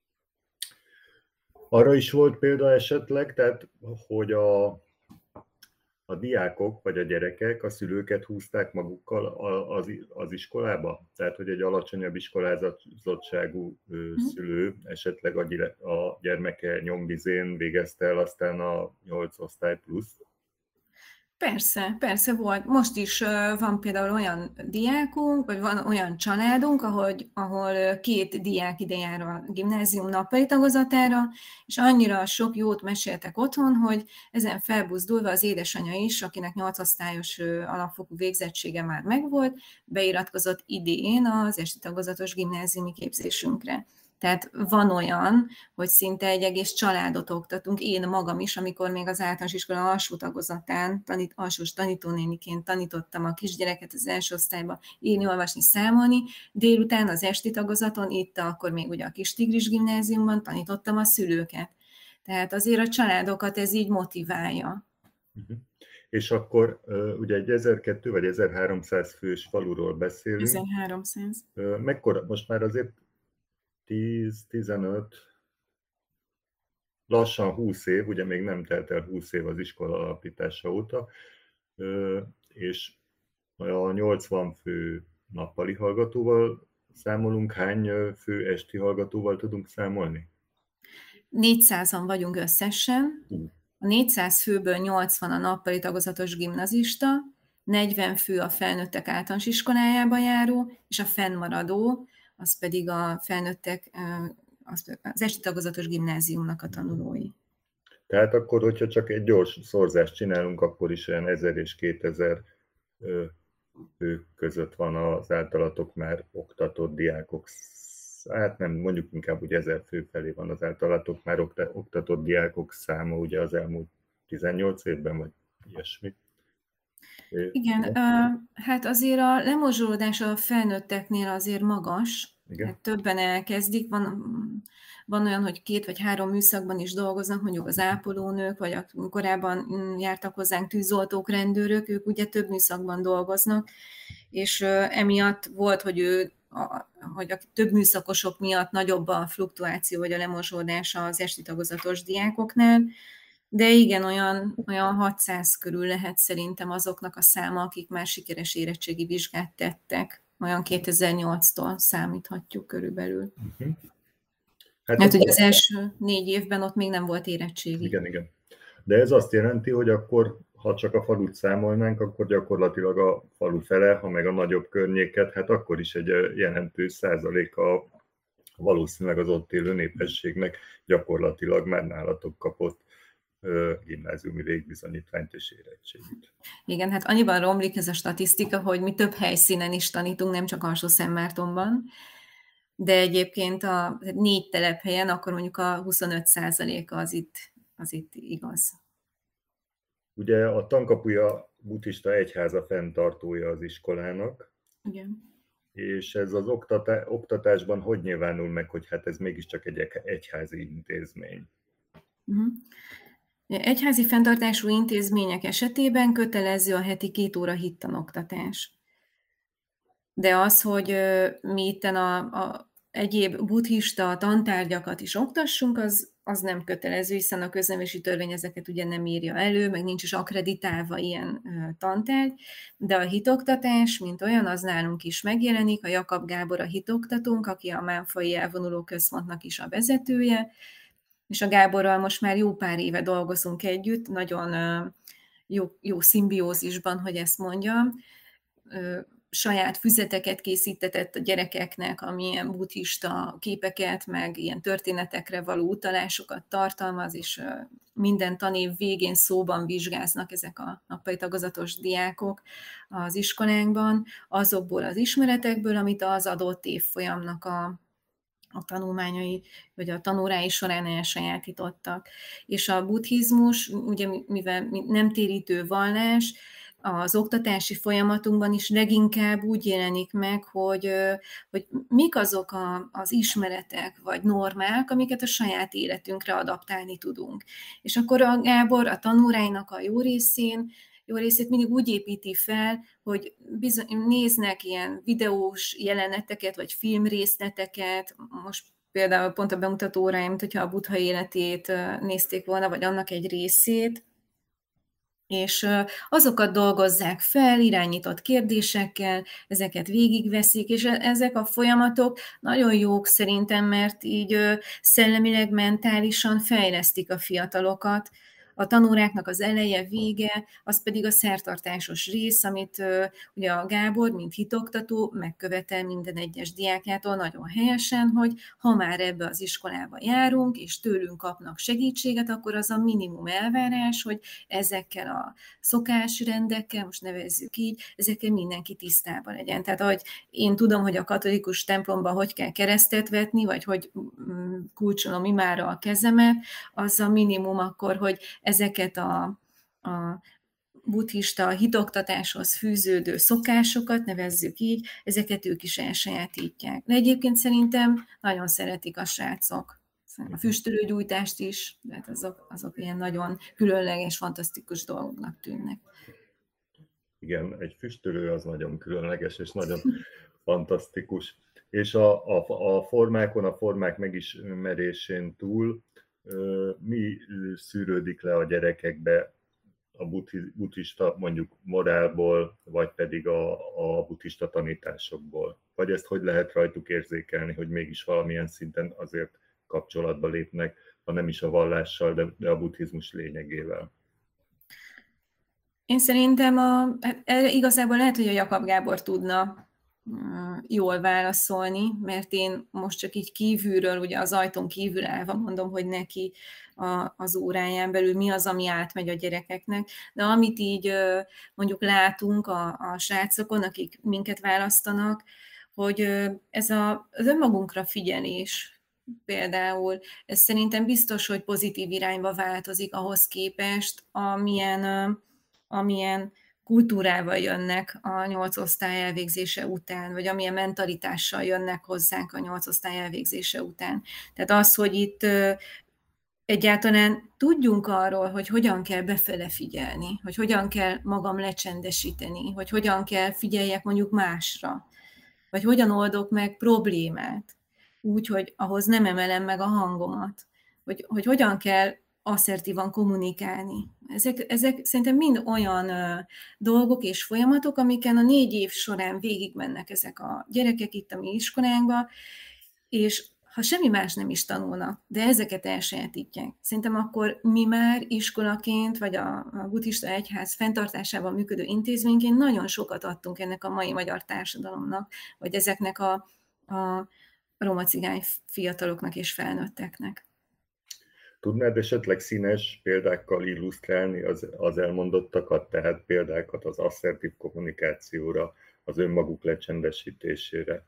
Arra is volt példa esetleg, tehát hogy a, a diákok vagy a gyerekek a szülőket húzták magukkal az, az iskolába? Tehát, hogy egy alacsonyabb iskolázottságú szülő esetleg a, a gyermeke nyomvizén végezte el aztán a nyolc osztály plusz? Persze, persze volt. Most is van például olyan diákunk, vagy van olyan családunk, ahogy, ahol két diák ide jár a gimnázium nappali tagozatára, és annyira sok jót meséltek otthon, hogy ezen felbuzdulva az édesanyja is, akinek nyolc osztályos alapfokú végzettsége már megvolt, beiratkozott idén az esti tagozatos gimnáziumi képzésünkre. Tehát van olyan, hogy szinte egy egész családot oktatunk, én magam is, amikor még az általános iskola alsó tagozatán, tanít, alsós tanítónéniként tanítottam a kisgyereket az első osztályba írni, olvasni, számolni, délután az esti tagozaton, itt akkor még ugye a Kis Tigris gimnáziumban tanítottam a szülőket. Tehát azért a családokat ez így motiválja. Uh-huh. És akkor ugye egy ezerkétszáz vagy ezerháromszáz fős faluról beszélünk. ezerháromszáz. Mekkora, most már azért tíz, tizenöt, lassan húsz év, ugye még nem telt el húsz év az iskola alapítása óta, és a nyolcvan fő nappali hallgatóval számolunk, hány fő esti hallgatóval tudunk számolni? négyszázan vagyunk összesen. A négyszáz főből nyolcvan a nappali tagozatos gimnazista, negyven fő a felnőttek általános iskolájába járó, és a fennmaradó, az pedig a felnőttek, az esti tagozatos gimnáziumnak a tanulói. Tehát akkor, hogyha csak egy gyors szorzást csinálunk, akkor is olyan ezer és kétezer fő között van az általatok már oktatott diákok. Hát nem, mondjuk inkább úgy ezer fő felé van az általatok már oktatott diákok száma ugye az elmúlt tizennyolc évben, vagy ilyesmi. Igen, uh, hát azért a lemozsolódás a felnőtteknél azért magas. Hát többen elkezdik, van, van olyan, hogy két vagy három műszakban is dolgoznak, mondjuk az ápolónők, vagy korábban jártak hozzánk tűzoltók, rendőrök, ők ugye több műszakban dolgoznak, és uh, emiatt volt, hogy ő A, hogy a több műszakosok miatt nagyobb a fluktuáció vagy a lemosódás az esti tagozatos diákoknál, de igen, olyan, olyan hatszáz körül lehet szerintem azoknak a száma, akik már sikeres érettségi vizsgát tettek. Olyan kétezer-nyolctól számíthatjuk körülbelül. Uh-huh. Hát Mert ugye az első négy évben ott még nem volt érettségi. Igen, igen. De ez azt jelenti, hogy akkor, ha csak a falut számolnánk, akkor gyakorlatilag a falu fele, ha meg a nagyobb környéket, hát akkor is egy jelentős százaléka valószínűleg az ott élő népességnek gyakorlatilag már nálatok kapott gimnáziumi végbizonyítványt és érettségit. Igen, hát annyiban romlik ez a statisztika, hogy mi több helyszínen is tanítunk, nem csak Alsó-Szentmártonban, de egyébként a négy telephelyen akkor mondjuk a huszonöt százaléka az itt, az itt igaz. Ugye a Tankapuja buddhista egyháza fenntartója az iskolának. Igen. És ez az oktatá- oktatásban hogy nyilvánul meg, hogy hát ez mégiscsak egy egyházi intézmény? Uh-huh. Egyházi fenntartású intézmények esetében kötelező a heti két óra hittanoktatás. De az, hogy mi itten a, a egyéb buddhista tantárgyakat is oktassunk, az, az nem kötelező, hiszen a köznevelési törvény ezeket ugye nem írja elő, meg nincs is akkreditálva ilyen tantárgy, de a hitoktatás, mint olyan, az nálunk is megjelenik. A Jakab Gábor a hitoktatónk, aki a Mánfai Elvonuló Központnak is a vezetője, és a Gáborral most már jó pár éve dolgozunk együtt, nagyon jó, jó szimbiózisban, hogy ezt mondjam. Saját füzeteket készítetett a gyerekeknek, amilyen buddhista képeket, meg ilyen történetekre való utalásokat tartalmaz, és minden tanév végén szóban vizsgáznak ezek a nappali tagozatos diákok az iskolánkban, azokból az ismeretekből, amit az adott évfolyamnak a a tanulmányai, vagy a tanórái során elsajátítottak. És a buddhizmus, ugye mivel nem térítő vallás, az oktatási folyamatunkban is leginkább úgy jelenik meg, hogy, hogy mik azok a, az ismeretek vagy normák, amiket a saját életünkre adaptálni tudunk. És akkor a Gábor a tanóráinak a jó részén jó részét mindig úgy építi fel, hogy bizony, néznek ilyen videós jeleneteket, vagy filmrészleteket, most például pont a bemutató óráim, mint hogyha a Buddha életét nézték volna, vagy annak egy részét, és azokat dolgozzák fel, irányított kérdésekkel, ezeket végigveszik, és ezek a folyamatok nagyon jók szerintem, mert így szellemileg, mentálisan fejlesztik a fiatalokat. A tanóráknak az eleje, vége, az pedig a szertartásos rész, amit uh, ugye a Gábor, mint hitoktató megkövetel minden egyes diákjától nagyon helyesen, hogy ha már ebbe az iskolába járunk, és tőlünk kapnak segítséget, akkor az a minimum elvárás, hogy ezekkel a szokásrendekkel, most nevezzük így, ezekkel mindenki tisztában legyen. Tehát ahogy én tudom, hogy a katolikus templomban hogy kell keresztet vetni, vagy hogy kulcsolom imára a kezemet, az a minimum akkor, hogy ezeket a, a buddhista hitoktatáshoz fűződő szokásokat, nevezzük így, ezeket ők is elsajátítják. De egyébként szerintem nagyon szeretik a srácok. A füstölőgyújtást is, de azok, azok ilyen nagyon különleges, fantasztikus dolgoknak tűnnek. Igen, egy füstölő az nagyon különleges és nagyon fantasztikus. És a, a, a formákon, a formák megismerésén túl mi szűrődik le a gyerekekbe a buddhista, mondjuk morálból, vagy pedig a, a buddhista tanításokból? Vagy ezt hogy lehet rajtuk érzékelni, hogy mégis valamilyen szinten azért kapcsolatba lépnek, ha nem is a vallással, de, de a buddhizmus lényegével? Én szerintem a, erre igazából lehet, hogy a Jakab Gábor tudna jól válaszolni, mert én most csak így kívülről, ugye az ajtón kívül állva mondom, hogy neki a, az óráján belül mi az, ami átmegy a gyerekeknek, de amit így mondjuk látunk a, a srácokon, akik minket választanak, hogy ez a, az önmagunkra figyelés, például. Ez szerintem biztos, hogy pozitív irányba változik ahhoz képest, amilyen, amilyen kultúrával jönnek a nyolc osztály elvégzése után, vagy amilyen mentalitással jönnek hozzánk a nyolc osztály elvégzése után. Tehát az, hogy itt egyáltalán tudjunk arról, hogy hogyan kell befele figyelni, hogy hogyan kell magam lecsendesíteni, hogy hogyan kell figyeljek mondjuk másra, vagy hogyan oldok meg problémát, úgy, hogy ahhoz nem emelem meg a hangomat, hogy, hogy hogyan kell asszertívan kommunikálni. Ezek, ezek szerintem mind olyan uh, dolgok és folyamatok, amiken a négy év során végigmennek ezek a gyerekek itt a mi iskolánkba, és ha semmi más nem is tanulnak, de ezeket elsajátítják. Szerintem akkor mi már iskolaként, vagy a, a buddhista egyház fenntartásában működő intézményként nagyon sokat adtunk ennek a mai magyar társadalomnak, vagy ezeknek a, a roma cigány fiataloknak és felnőtteknek. Tudnád esetleg színes példákkal illusztrálni az, az elmondottakat, tehát példákat az asszertív kommunikációra, az önmaguk lecsendesítésére?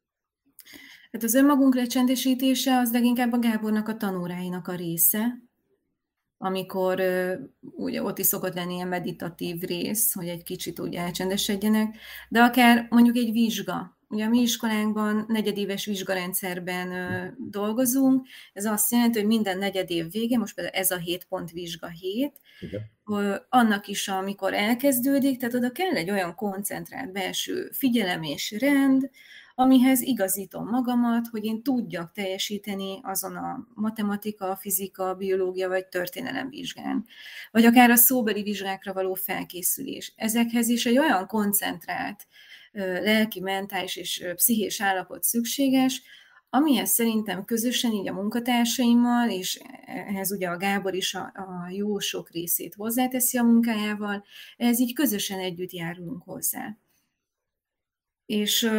Hát az önmagunk lecsendesítése az leginkább a Gábornak a tanóráinak a része, amikor ugye ott is szokott lenni ilyen meditatív rész, hogy egy kicsit úgy elcsendesedjenek, de akár mondjuk egy vizsga. Ugye a mi iskolánkban negyedéves vizsgarendszerben dolgozunk, ez azt jelenti, hogy minden negyedév vége, most például ez a hét pont vizsga hét, igen. Annak is, amikor elkezdődik, tehát oda kell egy olyan koncentrált belső figyelem és rend, amihez igazítom magamat, hogy én tudjak teljesíteni azon a matematika, fizika, biológia vagy történelem vizsgán. Vagy akár a szóbeli vizsgákra való felkészülés. Ezekhez is egy olyan koncentrált lelki, mentális és pszichés állapot szükséges, amihez szerintem közösen így a munkatársaimmal, és ehhez ugye a Gábor is a, a jó sok részét hozzáteszi a munkájával, ehhez így közösen együtt járulunk hozzá. És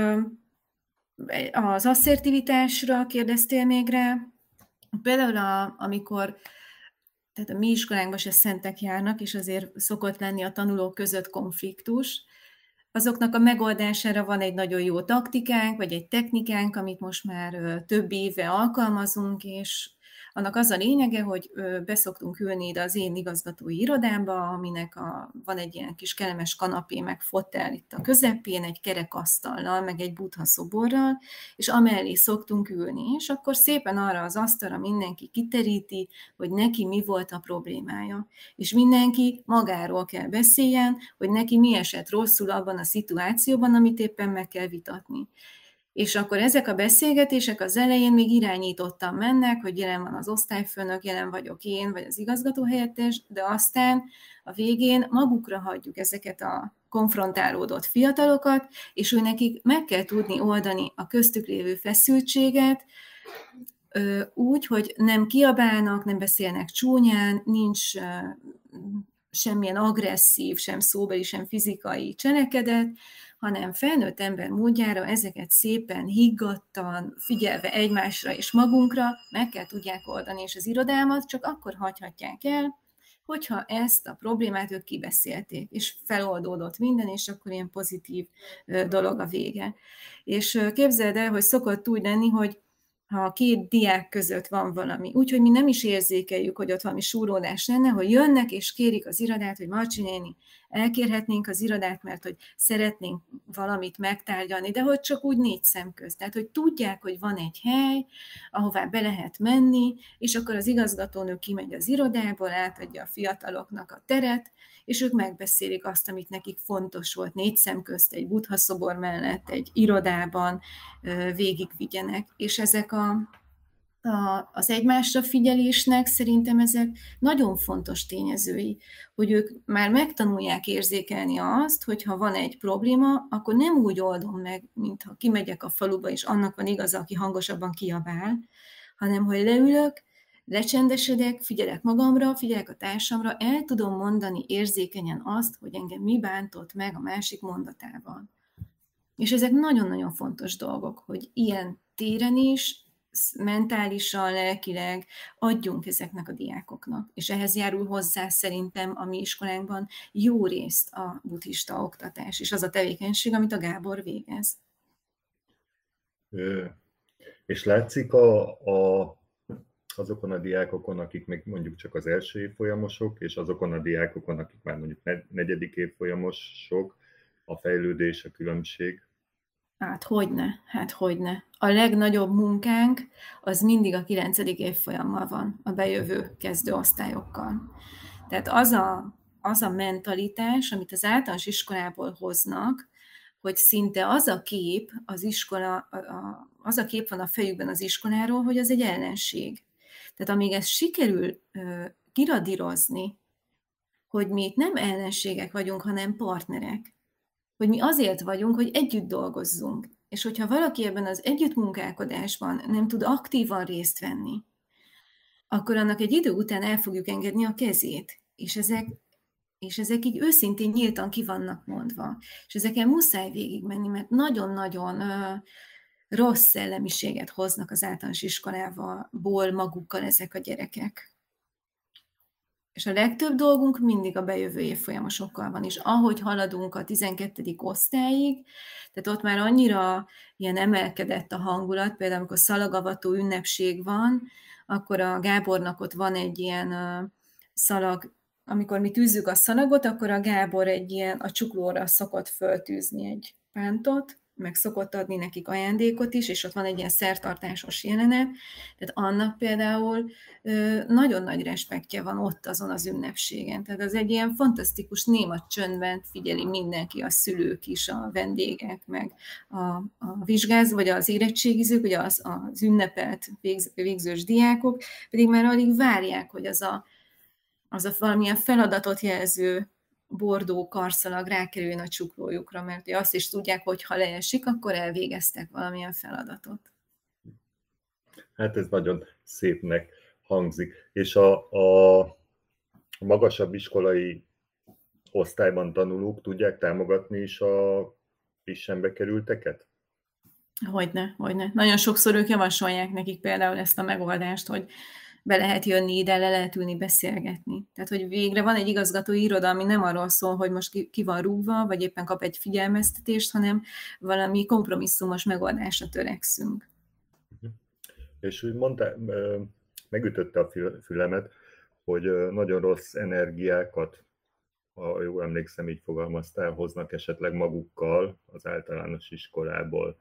az asszertivitásra kérdeztél még rá. Például a, amikor tehát a mi iskolánkban se szentek járnak, és azért szokott lenni a tanulók között konfliktus, azoknak a megoldására van egy nagyon jó taktikánk, vagy egy technikánk, amit most már több éve alkalmazunk, és annak az a lényege, hogy beszoktunk ülni ide az én igazgatói irodámba, aminek a, van egy ilyen kis kellemes kanapé, meg fotel itt a közepén, egy kerekasztallal, meg egy buddha szoborral, és amellé szoktunk ülni, és akkor szépen arra az asztalra mindenki kiteríti, hogy neki mi volt a problémája. És mindenki magáról kell beszéljen, hogy neki mi esett rosszul abban a szituációban, amit éppen meg kell vitatni. És akkor ezek a beszélgetések az elején még irányítottan mennek, hogy jelen van az osztályfőnök, jelen vagyok én, vagy az igazgatóhelyettes, de aztán a végén magukra hagyjuk ezeket a konfrontálódott fiatalokat, és ő nekik meg kell tudni oldani a köztük lévő feszültséget, úgy, hogy nem kiabálnak, nem beszélnek csúnyán, nincs semmilyen agresszív, sem szóbeli, sem fizikai cselekedet, hanem felnőtt ember módjára ezeket szépen, higgadtan, figyelve egymásra és magunkra meg kell tudják oldani, és az irodámat csak akkor hagyhatják el, hogyha ezt a problémát ők kibeszélték, és feloldódott minden, és akkor ilyen pozitív dolog a vége. És képzeld el, hogy szokott úgy lenni, hogy ha a két diák között van valami, úgyhogy mi nem is érzékeljük, hogy ott valami súrlódás lenne, hogy jönnek és kérik az irodát, hogy Marcsi néni, elkérhetnénk az irodát, mert hogy szeretnénk valamit megtárgyalni, de hogy csak úgy négy szem közt. Tehát, hogy tudják, hogy van egy hely, ahová be lehet menni, és akkor az igazgatónő kimegy az irodából, átadja a fiataloknak a teret, és ők megbeszélik azt, amit nekik fontos volt négy szem közt, egy buddha szobor mellett, egy irodában végigvigyenek. És ezek a, a, az egymásra figyelésnek szerintem ezek nagyon fontos tényezői, hogy ők már megtanulják érzékelni azt, hogy ha van egy probléma, akkor nem úgy oldom meg, mintha kimegyek a faluba, és annak van igaza, aki hangosabban kiabál, hanem hogy leülök, lecsendesedek, figyelek magamra, figyelek a társamra, el tudom mondani érzékenyen azt, hogy engem mi bántott meg a másik mondatával. És ezek nagyon-nagyon fontos dolgok, hogy ilyen téren is, mentálisan, lelkileg adjunk ezeknek a diákoknak. És ehhez járul hozzá szerintem a mi iskolánkban jó részt a buddhista oktatás, és az a tevékenység, amit a Gábor végez. És látszik a, a, azokon a diákokon, akik még mondjuk csak az első évfolyamosok, és azokon a diákokon, akik már mondjuk negyedik évfolyamosok, a fejlődés, a különbség? Hát hogyne, hát hogyne. A legnagyobb munkánk az mindig a kilencedik évfolyammal van, a bejövő kezdőosztályokkal. Tehát az a, az a mentalitás, amit az általános iskolából hoznak, hogy szinte az a kép, az iskola, az a kép van a fejükben az iskoláról, hogy az egy ellenség. Tehát amíg ezt sikerül kiradírozni, hogy mi itt nem ellenségek vagyunk, hanem partnerek, hogy mi azért vagyunk, hogy együtt dolgozzunk. És hogyha valaki ebben az együttmunkálkodásban nem tud aktívan részt venni, akkor annak egy idő után el fogjuk engedni a kezét. És ezek, és ezek így őszintén nyíltan ki vannak mondva. És ezeken muszáj végigmenni, mert nagyon-nagyon uh, rossz szellemiséget hoznak az általános iskolából magukkal ezek a gyerekek. És a legtöbb dolgunk mindig a bejövő évfolyamosokkal van, és ahogy haladunk a tizenkettedik osztályig, tehát ott már annyira ilyen emelkedett a hangulat, például amikor szalagavató ünnepség van, akkor a Gábornak ott van egy ilyen uh, szalag, amikor mi tűzzük a szalagot, akkor a Gábor egy ilyen, a csuklóra szokott föltűzni egy pántot, meg szokott adni nekik ajándékot is, és ott van egy ilyen szertartásos jelenet, tehát annak például nagyon nagy respektje van ott azon az ünnepségen. Tehát az egy ilyen fantasztikus néma csöndben figyeli mindenki, a szülők is, a vendégek, meg a, a vizsgáz, vagy az érettségizők, vagy az, az ünnepelt végz, végzős diákok, pedig már alig várják, hogy az a, az a valamilyen feladatot jelző bordó karszalag rákerüljön a csuklójukra, mert azt is tudják, hogy ha leesik, akkor elvégeztek valamilyen feladatot. Hát ez nagyon szépnek hangzik. És a, a magasabb iskolai osztályban tanulók tudják támogatni is a frissen bekerülteket? Hogyne, hogyne. Nagyon sokszor ők javasolják nekik például ezt a megoldást, hogy be lehet jönni ide, le lehet ülni, beszélgetni. Tehát, hogy végre van egy igazgatói iroda, ami nem arról szól, hogy most ki, ki van rúgva, vagy éppen kap egy figyelmeztetést, hanem valami kompromisszumos megoldásra törekszünk. És úgy mondta, megütötte a fülemet, hogy nagyon rossz energiákat, ha jól emlékszem, így fogalmaztál, hoznak esetleg magukkal az általános iskolából.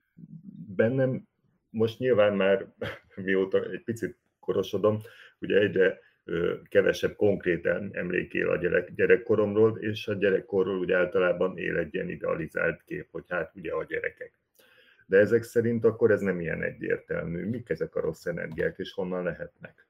Bennem most nyilván már mióta egy picit korosodom, ugye egyre kevesebb konkrét emlék él a gyerek, gyerekkoromról, és a gyerekkorról ugye általában él egy ilyen idealizált kép, hogy hát ugye a gyerekek. De ezek szerint akkor ez nem ilyen egyértelmű. Mik ezek a rossz energiák, és honnan lehetnek?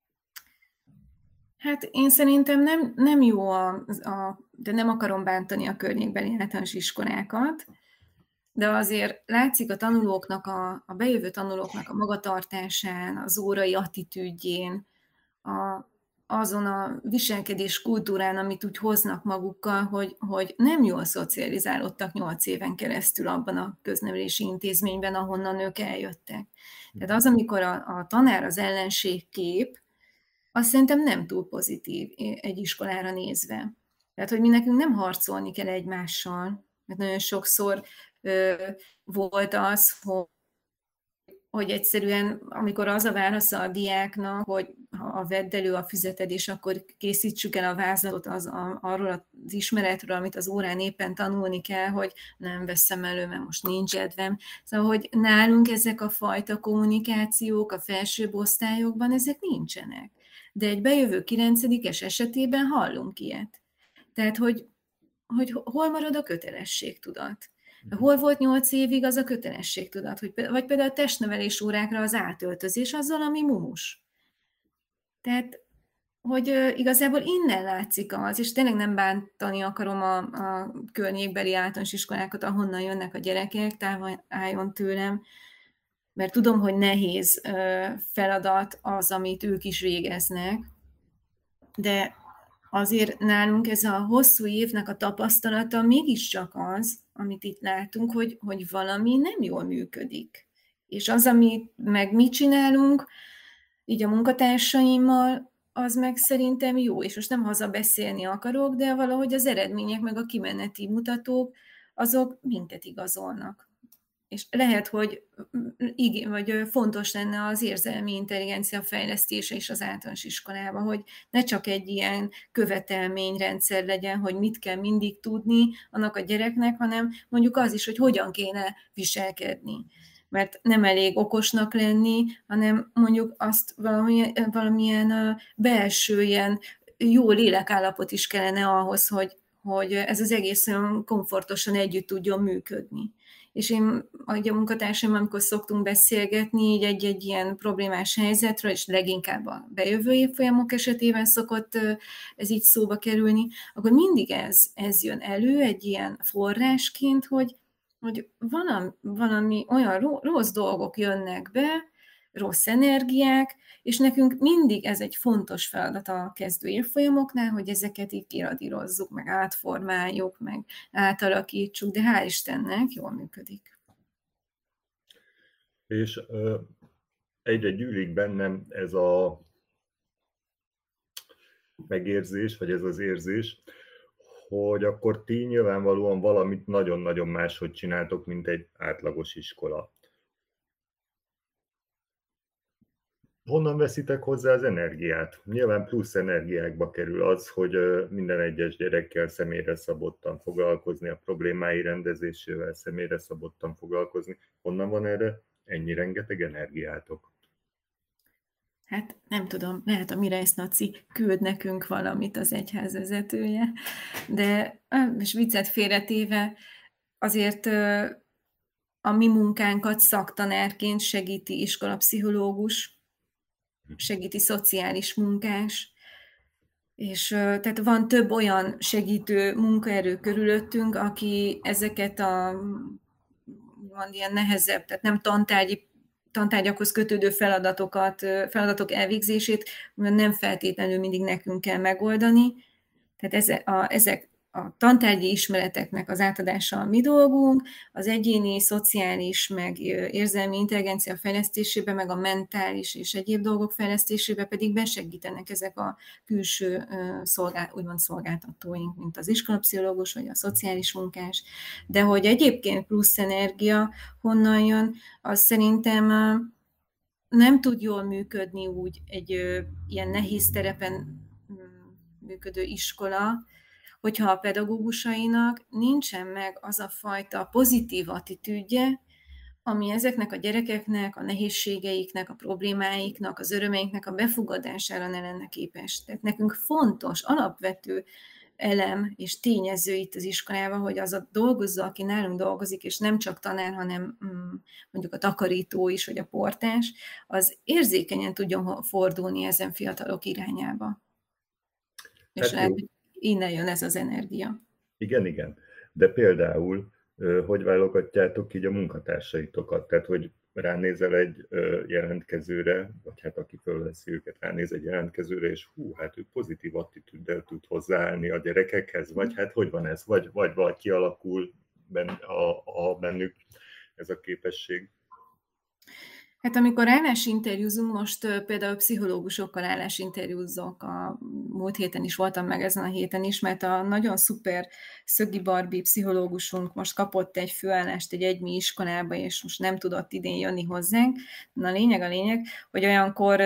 Hát én szerintem nem, nem jó, a, a, de nem akarom bántani a környékbeli általános iskolákat, de azért látszik a tanulóknak, a, a bejövő tanulóknak a magatartásán, az órai attitűdjén, a, azon a viselkedés kultúrán, amit úgy hoznak magukkal, hogy, hogy nem jól szocializálódtak nyolc éven keresztül abban a köznevelési intézményben, ahonnan ők eljöttek. Tehát az, amikor a, a tanár az ellenségkép, azt szerintem nem túl pozitív egy iskolára nézve. Tehát, hogy mi nekünk nem harcolni kell egymással, mert nagyon sokszor ö, volt az, hogy hogy egyszerűen, amikor az a válasza a diáknak, hogy ha vedd elő a füzeted, és akkor készítsük el a vázlatot az, a, arról az ismeretről, amit az órán éppen tanulni kell, hogy nem veszem elő, mert most nincs kedvem. Szóval, hogy nálunk ezek a fajta kommunikációk a felsőbb osztályokban, ezek nincsenek. De egy bejövő kilencedikes esetében hallunk ilyet. Tehát, hogy, hogy hol marad a kötelességtudat? Hol volt nyolc évig az a kötelességtudat? Hogy, vagy például a testnevelés órákra az átöltözés azzal, ami mumus. Tehát, hogy uh, igazából innen látszik az, és tényleg nem bántani akarom a, a környékbeli általános iskolákat, ahonnan jönnek a gyerekek, távol álljon tőlem, mert tudom, hogy nehéz uh, feladat az, amit ők is végeznek, de azért nálunk ez a hosszú évnek a tapasztalata mégiscsak az, amit itt látunk, hogy, hogy valami nem jól működik. És az, amit meg mi csinálunk, így a munkatársaimmal, az meg szerintem jó, és most nem hazabeszélni akarok, de valahogy az eredmények, meg a kimeneti mutatók, azok minket igazolnak. És lehet, hogy, igen, vagy fontos lenne az érzelmi intelligencia fejlesztése is az általános iskolában, hogy ne csak egy ilyen követelményrendszer legyen, hogy mit kell mindig tudni annak a gyereknek, hanem mondjuk az is, hogy hogyan kéne viselkedni. Mert nem elég okosnak lenni, hanem mondjuk azt valamilyen, valamilyen belső ilyen jó lélekállapot is kellene ahhoz, hogy, hogy ez az egész olyan komfortosan együtt tudjon működni. És én, ahogy a munkatársaim, amikor szoktunk beszélgetni így egy-egy ilyen problémás helyzetről, és leginkább a bejövő évfolyamok esetében szokott ez így szóba kerülni, akkor mindig ez, ez jön elő egy ilyen forrásként, hogy, hogy valami, valami olyan rossz dolgok jönnek be, rossz energiák, és nekünk mindig ez egy fontos feladat a kezdő évfolyamoknál, hogy ezeket így kiradírozzuk, meg átformáljuk, meg átalakítsuk, de hál' Istennek jól működik. És ö, egyre gyűlik bennem ez a megérzés, vagy ez az érzés, hogy akkor ti nyilvánvalóan valamit nagyon-nagyon máshogy csináltok, mint egy átlagos iskola. Honnan veszitek hozzá az energiát? Nyilván plusz energiákba kerül az, hogy minden egyes gyerekkel személyre szabottan foglalkozni, a problémái rendezésével személyre szabottan foglalkozni. Honnan van erre ennyi rengeteg energiátok? Hát nem tudom, lehet a Mirály Naci küld nekünk valamit, az egyház vezetője, de és viccet félretéve azért a mi munkánkat szaktanárként segíti iskolapszichológus, segíti szociális munkás, és tehát van több olyan segítő munkaerő körülöttünk, aki ezeket a van ilyen nehezebb, tehát nem tantárgyi, tantárgyakhoz kötődő feladatokat, feladatok elvégzését nem feltétlenül mindig nekünk kell megoldani. Tehát ezek a, ezek a tantárgyi ismereteknek az átadása a mi dolgunk, az egyéni, szociális, meg érzelmi intelligencia fejlesztésében, meg a mentális és egyéb dolgok fejlesztésében pedig besegítenek ezek a külső szolgál, úgymond szolgáltatóink, mint az iskolapszichológus, vagy a szociális munkás. De hogy egyébként plusz energia honnan jön, az szerintem nem tud jól működni úgy egy ilyen nehéz terepen működő iskola, hogyha a pedagógusainak nincsen meg az a fajta pozitív attitűdje, ami ezeknek a gyerekeknek, a nehézségeiknek, a problémáiknak, az örömeiknek a befogadására ne lenne képes. Tehát nekünk fontos, alapvető elem és tényező itt az iskolában, hogy az a dolgozó, aki nálunk dolgozik, és nem csak tanár, hanem mondjuk a takarító is, vagy a portás, az érzékenyen tudjon fordulni ezen fiatalok irányába. Hát és lehet, hogy innen jön ez az energia. Igen, igen. De például, hogy válogatjátok így a munkatársaitokat? Tehát, hogy ránézel egy jelentkezőre, vagy hát aki fölveszi őket, ránéz egy jelentkezőre, és hú, hát ő pozitív attitűddel tud hozzáállni a gyerekekhez, vagy hát hogy van ez? Vagy, vagy, vagy kialakul ben, a, a bennük ez a képesség? Hát amikor állásinterjúzunk, most például pszichológusokkal állásinterjúzok, a múlt héten is voltam, meg ezen a héten is, mert a nagyon szuper Szögi Barbi pszichológusunk most kapott egy főállást egy egymi iskolába, és most nem tudott idén jönni hozzánk. Na a lényeg a lényeg, hogy olyankor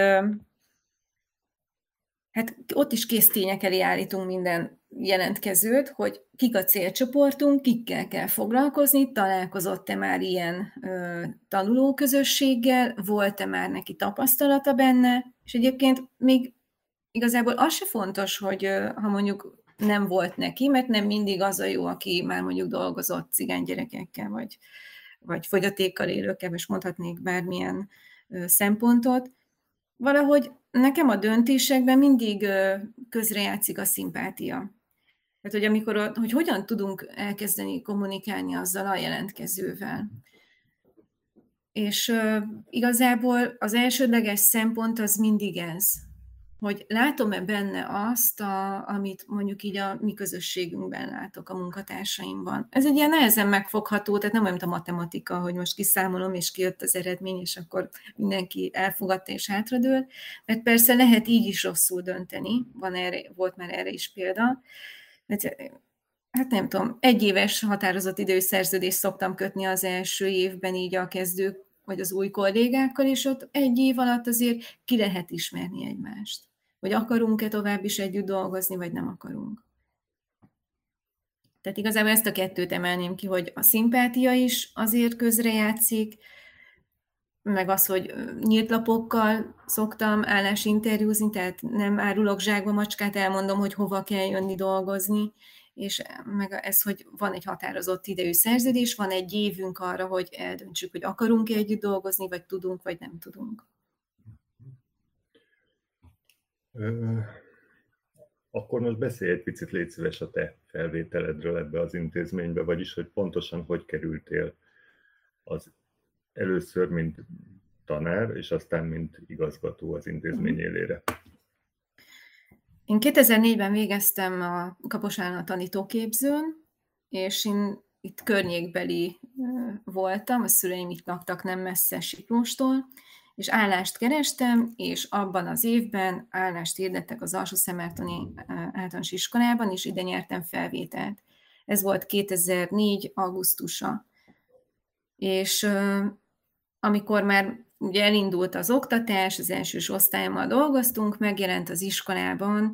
hát ott is késztények elé állítunk minden jelentkezőt, hogy kik a célcsoportunk, kikkel kell foglalkozni, találkozott-e már ilyen ö, tanulóközösséggel, volt-e már neki tapasztalata benne, és egyébként még igazából az se fontos, hogy ö, ha mondjuk nem volt neki, mert nem mindig az a jó, aki már mondjuk dolgozott cigánygyerekekkel, vagy, vagy fogyatékkal élőkkel, és mondhatnék bármilyen ö, szempontot. Valahogy nekem a döntésekben mindig közrejátszik a szimpátia. Tehát, hogy amikor, hogy hogyan tudunk elkezdeni kommunikálni azzal a jelentkezővel. És igazából az elsődleges szempont az mindig ez, hogy látom-e benne azt, a, amit mondjuk így a mi közösségünkben látok, a munkatársaimban. Ez egy ilyen nehezen megfogható, tehát nem olyan, mint a matematika, hogy most kiszámolom, és kijött az eredmény, és akkor mindenki elfogadta és hátradől. Mert persze lehet így is rosszul dönteni, van erre, volt már erre is példa. hát nem tudom, egy éves határozott időszerződést szoktam kötni az első évben így a kezdők, vagy az új kollégákkal, és ott egy év alatt azért ki lehet ismerni egymást. Hogy akarunk-e tovább is együtt dolgozni, vagy nem akarunk. Tehát igazából ezt a kettőt emelném ki, hogy a szimpátia is azért közrejátszik, meg az, hogy nyílt lapokkal szoktam állásinterjúzni, tehát nem árulok zsákba macskát, elmondom, hogy hova kell jönni dolgozni, és meg ez, hogy van egy határozott idejű szerződés, van egy évünk arra, hogy eldöntsük, hogy akarunk-e együtt dolgozni, vagy tudunk, vagy nem tudunk. Akkor most beszélj egy picit, légy szíves, a te felvételedről ebbe az intézménybe, vagyis hogy pontosan hogy kerültél az először, mint tanár, és aztán mint igazgató az intézmény élére. Én kétezer-négyben végeztem a Kaposváron a tanítóképzőn, és én itt környékbeli voltam, a szüleim itt laktak nem messze Siklóstól, és állást kerestem, és abban az évben állást hirdettek az Alsó-Szemertoni általános iskolában, és ide nyertem felvételt. Ez volt kétezer-négy augusztusa. És amikor már ugye elindult az oktatás, az elsős osztályommal dolgoztunk, megjelent az iskolában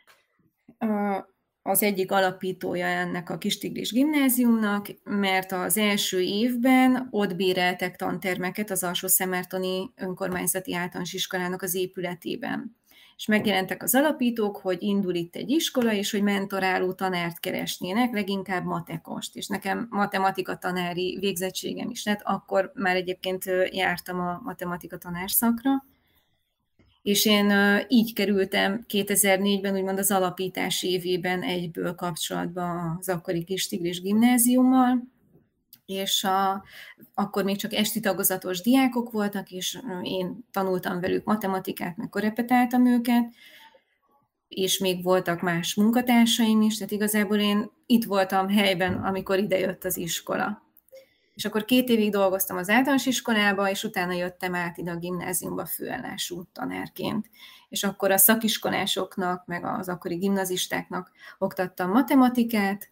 az egyik alapítója ennek a Kistigris gimnáziumnak, mert az első évben ott béreltek tantermeket az Alsó-Szemertoni önkormányzati általános iskolának az épületében. És megjelentek az alapítók, hogy indul itt egy iskola, és hogy mentoráló tanárt keresnének, leginkább matekost. És nekem matematika tanári végzettségem is lett, akkor már egyébként jártam a matematika tanárszakra, és én így kerültem kétezer-négyben, úgymond az alapítás évében egyből kapcsolatba az akkori Kistigris gimnáziummal, és a, akkor még csak esti tagozatos diákok voltak, és én tanultam velük matematikát, meg korrepetáltam őket, és még voltak más munkatársaim is, tehát igazából én itt voltam helyben, amikor idejött az iskola. És akkor két évig dolgoztam az általános iskolába, és utána jöttem át ide a gimnáziumba főállású tanárként. És akkor a szakiskolásoknak, meg az akkori gimnazistáknak oktattam matematikát.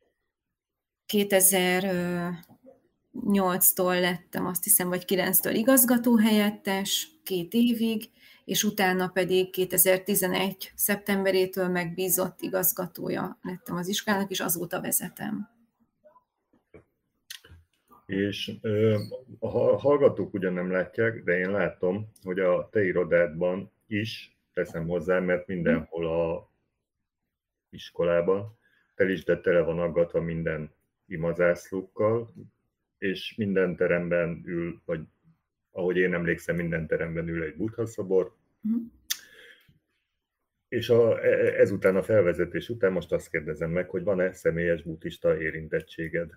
kétezer-nyolctól lettem, azt hiszem, vagy kilenctől igazgatóhelyettes, két évig, és utána pedig kétezer-tizenegy szeptemberétől megbízott igazgatója lettem az iskolának, és azóta vezetem. És a hallgatók ugyan nem látják, de én látom, hogy a te irodádban is, teszem hozzá, mert mindenhol a iskolában telisdet tele van aggatva minden imazászlókkal, és minden teremben ül, vagy ahogy én emlékszem, minden teremben ül egy Buddha szobor. Mm. És a, ezután a felvezetés után most azt kérdezem meg, hogy van-e személyes buddhista érintettséged?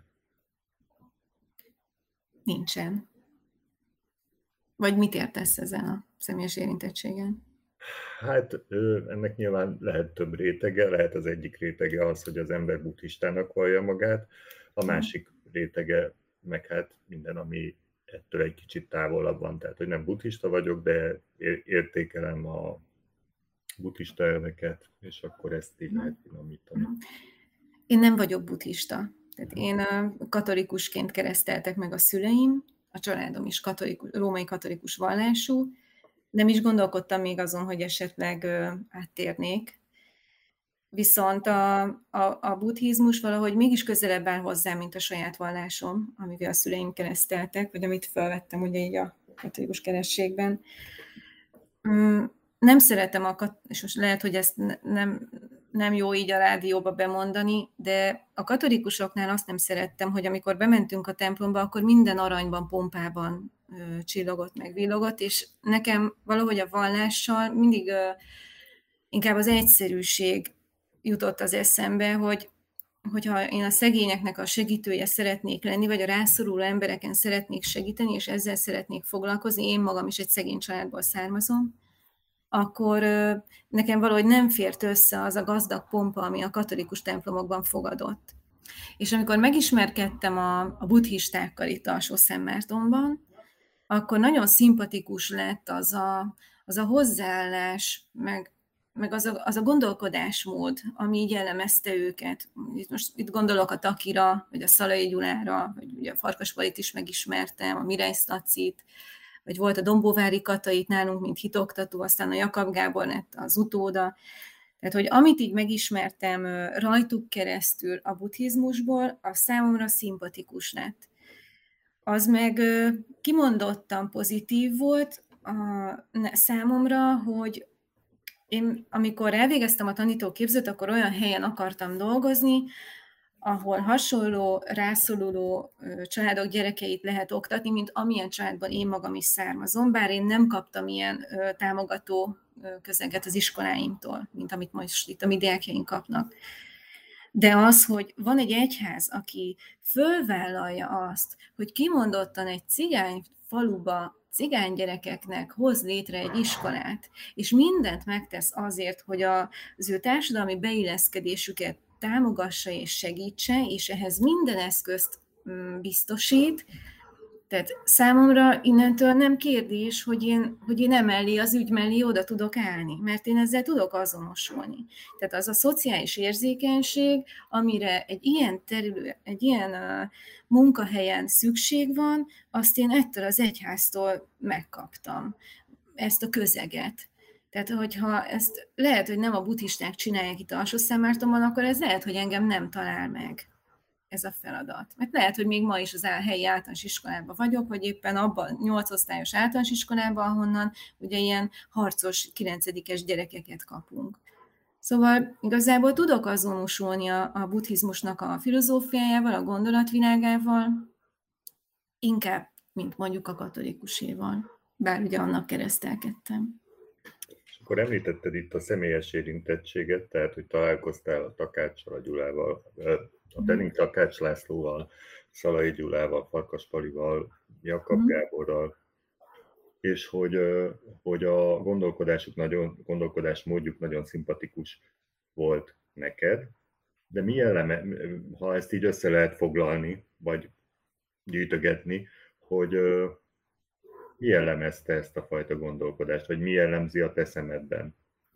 Nincsen. Vagy mit értesz ezen a személyes érintettségen? Hát ennek nyilván lehet több rétege, lehet az egyik rétege az, hogy az ember buddhistának vallja magát, a másik rétege meg hát minden, ami ettől egy kicsit távolabb van. Tehát, hogy nem buddhista vagyok, de értékelem a buddhista elveket, és akkor ezt így lehet finomítani. Én nem vagyok buddhista. Tehát én katolikusként kereszteltek meg a szüleim, a családom is katolikus, római katolikus vallású, nem is gondolkodtam még azon, hogy esetleg áttérnék. Viszont a, a, a buddhizmus valahogy mégis közelebb áll hozzám, mint a saját vallásom, amivel a szüleim kereszteltek, vagy amit felvettem ugye így a katolikus kerességben. Nem szeretem a, és most lehet, hogy ezt nem, nem jó így a rádióba bemondani, de a katolikusoknál azt nem szerettem, hogy amikor bementünk a templomba, akkor minden aranyban, pompában ö, csillogott, meg villogott, és nekem valahogy a vallással mindig ö, inkább az egyszerűség jutott az eszembe, hogy hogyha én a szegényeknek a segítője szeretnék lenni, vagy a rászoruló embereken szeretnék segíteni, és ezzel szeretnék foglalkozni, én magam is egy szegény családból származom, akkor nekem valahogy nem fért össze az a gazdag pompa, ami a katolikus templomokban fogadott. És amikor megismerkedtem a, a buddhistákkal itt Alsó-Szentmártonban, akkor nagyon szimpatikus lett az a, az a hozzáállás, meg meg az a, az a gondolkodásmód, ami így jellemezte őket. Itt most itt gondolok a Takira, vagy a Szalai Gyulára, vagy ugye a Farkaspalit is megismertem, a Mirej Stacit, vagy volt a Dombóvári Kata itt nálunk, mint hitoktató, aztán a Jakab Gábor lett az utóda. Tehát, hogy amit így megismertem rajtuk keresztül a buddhizmusból, az számomra szimpatikus lett. Az meg kimondottan pozitív volt a, számomra, hogy én amikor elvégeztem a tanítóképzőt, akkor olyan helyen akartam dolgozni, ahol hasonló, rászoruló családok gyerekeit lehet oktatni, mint amilyen családban én magam is származom, bár én nem kaptam ilyen támogató közeget az iskoláimtól, mint amit most itt a mi diákjaink kapnak. De az, hogy van egy egyház, aki fölvállalja azt, hogy kimondottan egy cigány faluba cigány gyerekeknek hoz létre egy iskolát, és mindent megtesz azért, hogy az ő társadalmi beilleszkedésüket támogassa és segítse, és ehhez minden eszközt biztosít. Tehát számomra innentől nem kérdés, hogy én, hogy én emellé, az ügy mellé oda tudok állni, mert én ezzel tudok azonosulni. Tehát az a szociális érzékenység, amire egy ilyen, terület, egy ilyen uh, munkahelyen szükség van, azt én ettől az egyháztól megkaptam, ezt a közeget. Tehát, hogyha ezt lehet, hogy nem a buddhisták csinálják itt Alsó-Szentmártonban, akkor ez lehet, hogy engem nem talál meg ez a feladat. Mert lehet, hogy még ma is az helyi általános iskolában vagyok, vagy éppen abban nyolc osztályos általános iskolában, ahonnan ugye ilyen harcos kilencedikes gyerekeket kapunk. Szóval igazából tudok azonosulni a, a buddhizmusnak a filozófiájával, a gondolatvilágával, inkább, mint mondjuk a katolikuséval, bár ugye annak keresztelkedtem. Akkor említetted itt a személyes érintettséget, tehát, hogy találkoztál a Takáccsal, a Gyulával, a Dening Takács Lászlóval, Szalai Gyulával, Farkas Palival, Jakab Gáborral, és hogy, hogy a gondolkodásuk nagyon, gondolkodásmódjuk nagyon szimpatikus volt neked, de mi jelleme, ha ezt így össze lehet foglalni, vagy gyűjtögetni, hogy mi jellemezte ezt a fajta gondolkodást, vagy mi jellemzi a te szemedben?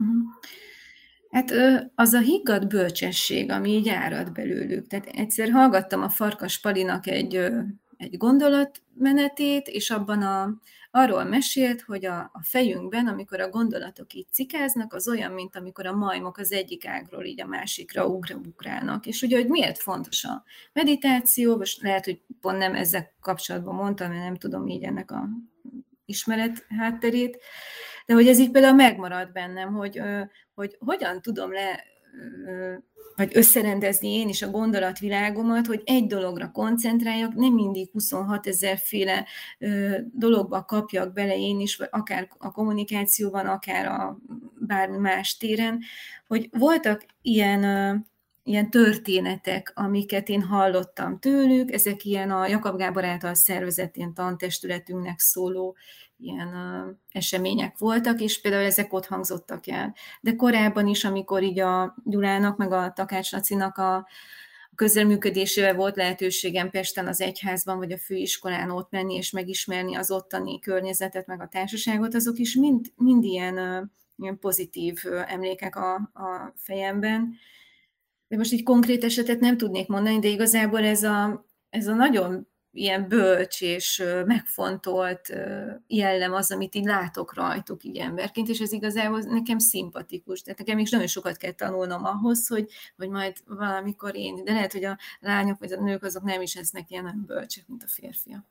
Hát az a higgadt bölcsesség, ami így árad belőlük. Tehát egyszer hallgattam a Farkas Palinak egy, egy gondolatmenetét, és abban a, arról mesélt, hogy a, a fejünkben, amikor a gondolatok így cikáznak, az olyan, mint amikor a majmok az egyik ágról így a másikra ugrálnak. És ugye, hogy miért fontos a meditáció, most lehet, hogy pont nem ezzel kapcsolatban mondtam, mert nem tudom így ennek a ismeret hátterét, de hogy ez így például megmarad bennem, hogy, hogy hogyan tudom le, vagy összerendezni én is a gondolatvilágomat, hogy egy dologra koncentráljak, nem mindig huszonhat ezerféle dologba kapjak bele én is, akár a kommunikációban, akár a bármi más téren, hogy voltak ilyen ilyen történetek, amiket én hallottam tőlük, ezek ilyen a Jakab Gábor által szervezett ilyen tantestületünknek szóló ilyen uh, események voltak, és például ezek ott hangzottak el. De korábban is, amikor így a Gyulának, meg a Takács Lacinak a közreműködésével volt lehetőségem Pesten az egyházban, vagy a főiskolán ott menni, és megismerni az ottani környezetet, meg a társaságot, azok is mind, mind ilyen, uh, ilyen pozitív uh, emlékek a, a fejemben. De most így konkrét esetet nem tudnék mondani, de igazából ez a, ez a nagyon ilyen bölcs és megfontolt jellem az, amit így látok rajtuk így emberként, és ez igazából nekem szimpatikus. Tehát nekem is nagyon sokat kell tanulnom ahhoz, hogy, hogy majd valamikor én, de lehet, hogy a lányok vagy a nők azok nem is lesznek ilyen nagyon bölcsek, mint a férfiak.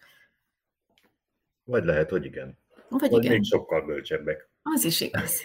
Vagy lehet, hogy igen. Vagy, vagy igen. még sokkal bölcsebbek. Az is igaz.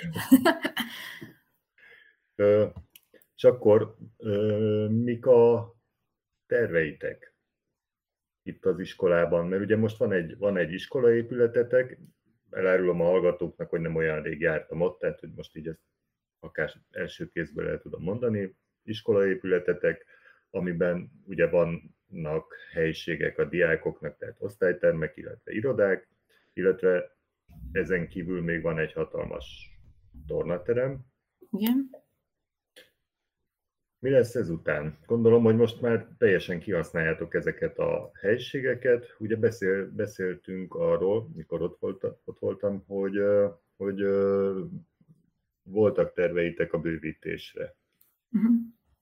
És akkor mik a terveitek itt az iskolában? Mert ugye most van egy, van egy iskolaépületetek, elárulom a hallgatóknak, hogy nem olyan rég jártam ott, tehát hogy most így ezt akár első kézből el tudom mondani. Iskolaépületetek, amiben ugye vannak helyiségek a diákoknak, tehát osztálytermek, illetve irodák, illetve ezen kívül még van egy hatalmas tornaterem. Igen. Mi lesz ezután? Gondolom, hogy most már teljesen kihasználjátok ezeket a helyiségeket. Ugye beszél, beszéltünk arról, mikor ott, volt, ott voltam, hogy, hogy voltak voltak terveitek a bővítésre? Uh-huh.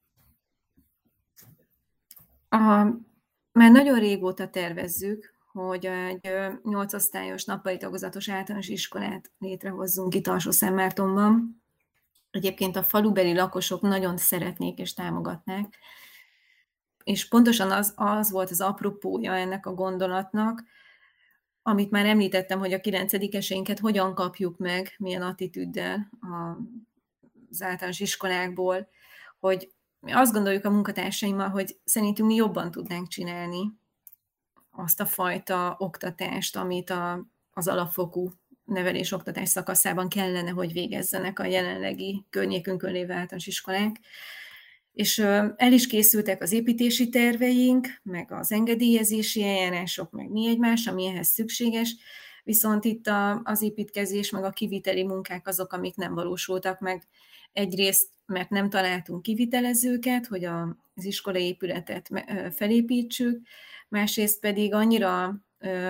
A, már nagyon régóta tervezzük, hogy egy nyolc osztályos nappali tagozatos általános iskolát létrehozzunk itt Alsó-Szentmártonban. Egyébként a falubeli lakosok nagyon szeretnék és támogatnák, és pontosan az, az volt az apropója ennek a gondolatnak, amit már említettem, hogy a kilencedikeseinket hogyan kapjuk meg, milyen attitűddel az általános iskolákból, hogy mi azt gondoljuk a munkatársaimmal, hogy szerintünk mi jobban tudnánk csinálni azt a fajta oktatást, amit a, az alapfokú nevelés-oktatás szakaszában kellene, hogy végezzenek a jelenlegi környékünkön lévő általános iskolák. És el is készültek az építési terveink, meg az engedélyezési eljárások, meg mi egymás, ami ehhez szükséges, viszont itt a, az építkezés, meg a kiviteli munkák azok, amik nem valósultak meg. Egyrészt, mert nem találtunk kivitelezőket, hogy a, az iskolai épületet felépítsük, másrészt pedig annyira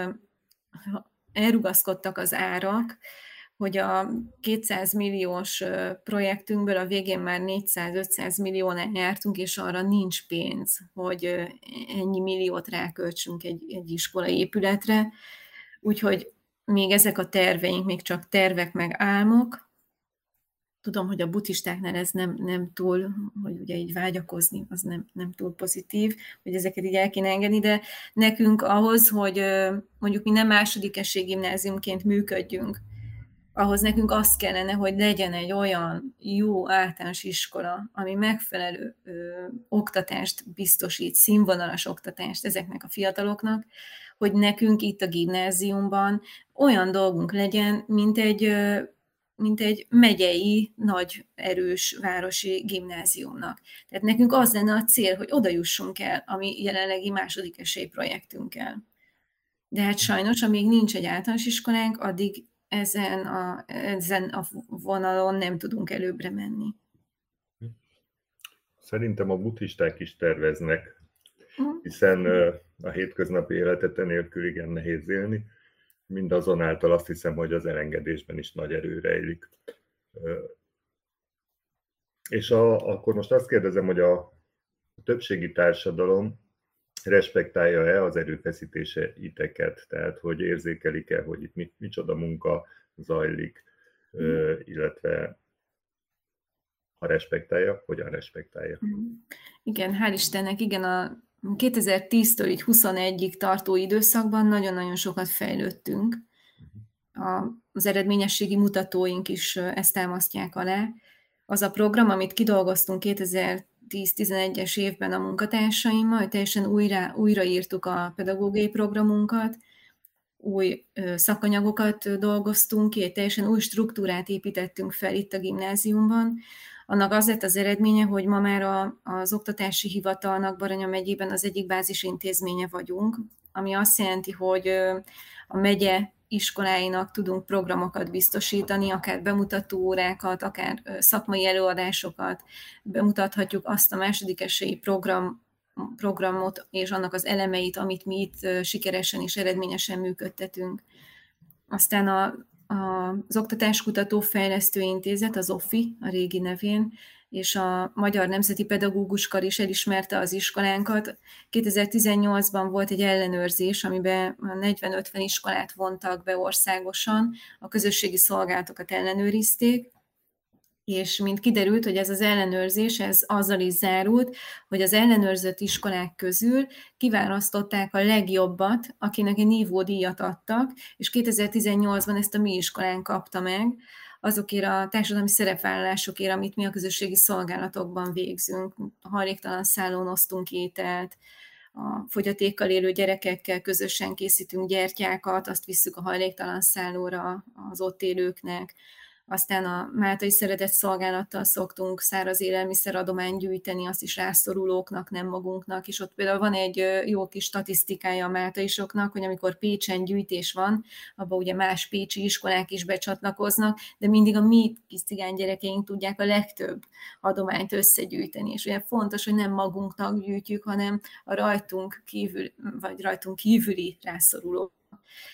elrugaszkodtak az árak, hogy a kétszáz milliós projektünkből a végén már négyszáz-ötszáz milliónál jártunk, és arra nincs pénz, hogy ennyi milliót ráköltsünk egy, egy iskolai épületre. Úgyhogy még ezek a terveink, még csak tervek meg álmok. Tudom, hogy a buddhistáknál ez nem, nem túl, hogy ugye így vágyakozni, az nem, nem túl pozitív, hogy ezeket így el kéne engedni, de nekünk ahhoz, hogy mondjuk mi nem másodikesség gimnáziumként működjünk, ahhoz nekünk az kellene, hogy legyen egy olyan jó általános iskola, ami megfelelő ö, oktatást biztosít, színvonalas oktatást ezeknek a fiataloknak, hogy nekünk itt a gimnáziumban olyan dolgunk legyen, mint egy, ö, mint egy megyei, nagy, erős városi gimnáziumnak. Tehát nekünk az lenne a cél, hogy oda jussunk el a mi jelenlegi második esély projektünkkel. De hát sajnos, amíg nincs egy általános iskolánk, addig Ezen a, ezen a vonalon nem tudunk előbbre menni. Szerintem a buddhisták is terveznek, hiszen a hétköznapi életet enélkül igen nehéz élni. Mindazonáltal azt hiszem, hogy az elengedésben is nagy erő rejlik. És a, akkor most azt kérdezem, hogy a többségi társadalom respektálja-e az erőfeszítéseiteket, tehát hogy érzékelik-e, hogy itt mit, micsoda munka zajlik, mm. illetve ha respektálja, hogyan respektálja. Igen, hál' Istennek, igen, a kétezer-tíztől így huszonegyig tartó időszakban nagyon-nagyon sokat fejlődtünk. A, az eredményességi mutatóink is ezt támasztják alá. Az a program, amit kidolgoztunk kétezer-tíz-tizenegyes évben a munkatársaimmal, hogy teljesen újra, újraírtuk a pedagógiai programunkat, új szakanyagokat dolgoztunk ki, egy teljesen új struktúrát építettünk fel itt a gimnáziumban. Annak az lett az eredménye, hogy ma már a, az Oktatási Hivatalnak Baranya megyében az egyik bázisintézménye vagyunk, ami azt jelenti, hogy a megye iskoláinak tudunk programokat biztosítani, akár bemutató órákat, akár szakmai előadásokat, bemutathatjuk azt a második esélyi program, programot és annak az elemeit, amit mi itt sikeresen és eredményesen működtetünk. Aztán a, a, az Oktatáskutató Fejlesztő Intézet, az o ef i, a régi nevén, és a Magyar Nemzeti Pedagógus Kar is elismerte az iskolánkat. kétezer-tizennyolcban volt egy ellenőrzés, amiben negyven-ötven iskolát vontak be országosan, a közösségi szolgálatokat ellenőrizték, és mint kiderült, hogy ez az ellenőrzés, ez azzal is zárult, hogy az ellenőrzött iskolák közül kiválasztották a legjobbat, akinek egy nívódíjat adtak, és kétezer-tizennyolcban ezt a mi iskolánk kapta meg, azokért a társadalmi szerepvállalásokért, amit mi a közösségi szolgálatokban végzünk. A hajléktalan szállón osztunk ételt, a fogyatékkal élő gyerekekkel közösen készítünk gyertyákat, azt visszük a hajléktalan szállóra az ott élőknek. Aztán a Máltai Szeretett Szolgálattal szoktunk száraz élelmiszeradományt gyűjteni, azt is rászorulóknak, nem magunknak, és ott például van egy jó kis statisztikája a máltaisoknak, hogy amikor Pécsen gyűjtés van, abban ugye más pécsi iskolák is becsatlakoznak, de mindig a mi kis cigány gyerekeink tudják a legtöbb adományt összegyűjteni, és ugye fontos, hogy nem magunknak gyűjtjük, hanem a rajtunk kívül, vagy rajtunk kívüli rászorulók.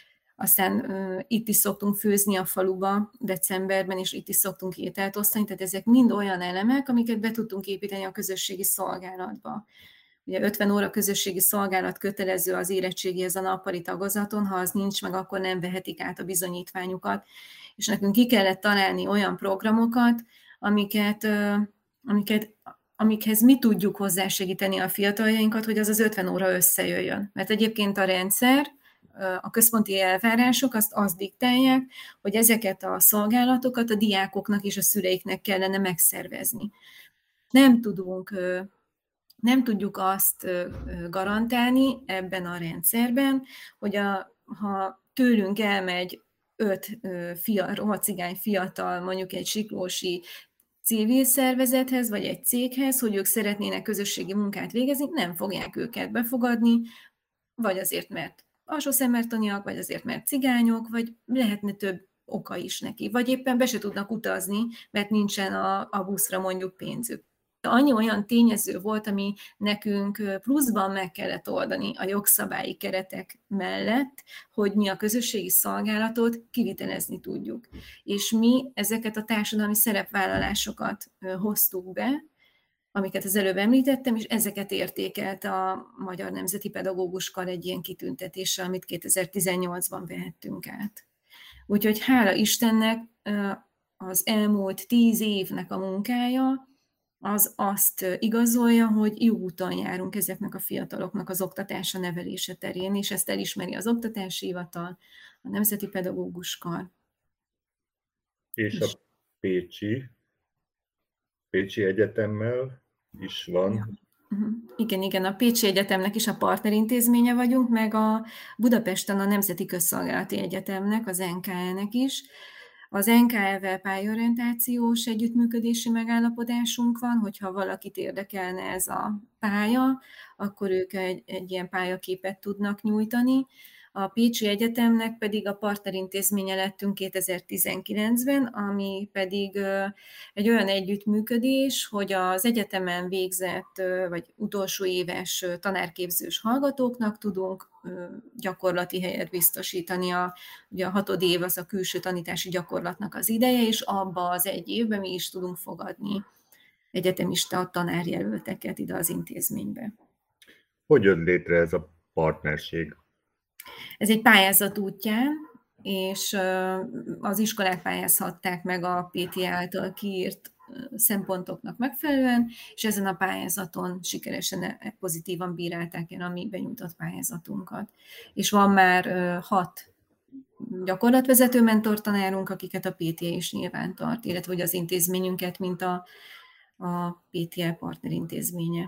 aztán uh, itt is szoktunk főzni a faluba decemberben, és itt is szoktunk ételt osztani, tehát ezek mind olyan elemek, amiket be tudtunk építeni a közösségi szolgálatba. Ugye ötven óra közösségi szolgálat kötelező az érettségihez a nappali tagozaton, ha az nincs meg, akkor nem vehetik át a bizonyítványukat. És nekünk ki kellett találni olyan programokat, amiket, amiket, amikhez mi tudjuk hozzásegíteni a fiataljainkat, hogy az az ötven óra összejöjjön. Mert egyébként a rendszer, a központi elvárások azt, azt diktálják, hogy ezeket a szolgálatokat a diákoknak és a szüleiknek kellene megszervezni. Nem tudunk... Nem tudjuk azt garantálni ebben a rendszerben, hogy a, ha tőlünk elmegy öt fia, roma cigány fiatal, mondjuk egy siklósi civil szervezethez, vagy egy céghez, hogy ők szeretnének közösségi munkát végezni, nem fogják őket befogadni, vagy azért, mert alsószemmertaniak, vagy azért, mert cigányok, vagy lehetne több oka is neki. Vagy éppen be se tudnak utazni, mert nincsen a, a buszra mondjuk pénzük. Annyi olyan tényező volt, ami nekünk pluszban meg kellett oldani a jogszabályi keretek mellett, hogy mi a közösségi szolgálatot kivitelezni tudjuk. És mi ezeket a társadalmi szerepvállalásokat hoztuk be, amiket az előbb említettem, és ezeket értékelt a Magyar Nemzeti Pedagógus Kar egy ilyen kitüntetéssel, amit kétezer-tizennyolcban vehettünk át. Úgyhogy hála Istennek az elmúlt tíz évnek a munkája, az azt igazolja, hogy jó úton járunk ezeknek a fiataloknak az oktatása, nevelése terén, és ezt elismeri az Oktatási Hivatal, a Nemzeti Pedagógus Kar. És a Pécsi, Pécsi Egyetemmel is van. Ja. Igen, igen, a Pécsi Egyetemnek is a partnerintézménye vagyunk, meg a Budapesten a Nemzeti Közszolgálati Egyetemnek, az en ká é-nek is. Az en ká é-vel pályaorientációs együttműködési megállapodásunk van, hogyha valakit érdekelne ez a pálya, akkor ők egy, egy ilyen pályaképet tudnak nyújtani. A Pécsi Egyetemnek pedig a partnerintézménye lettünk kétezer-tizenkilencben, ami pedig egy olyan együttműködés, hogy az egyetemen végzett vagy utolsó éves tanárképzős hallgatóknak tudunk gyakorlati helyet biztosítani. A, ugye a hatodév az a külső tanítási gyakorlatnak az ideje, és abba az egy évben mi is tudunk fogadni egyetemista tanárjelölteket ide az intézménybe. Hogy jött létre ez a partnerség? Ez egy pályázat útján, és az iskolák pályázhatták meg a pé té által kiírt szempontoknak megfelelően, és ezen a pályázaton sikeresen pozitívan bírálták el a mi benyújtott pályázatunkat. És van már hat gyakorlatvezető mentortanárunk, akiket a pé té is nyilván tart, illetve hogy az intézményünket, mint a, a pé té el partnerintézménye.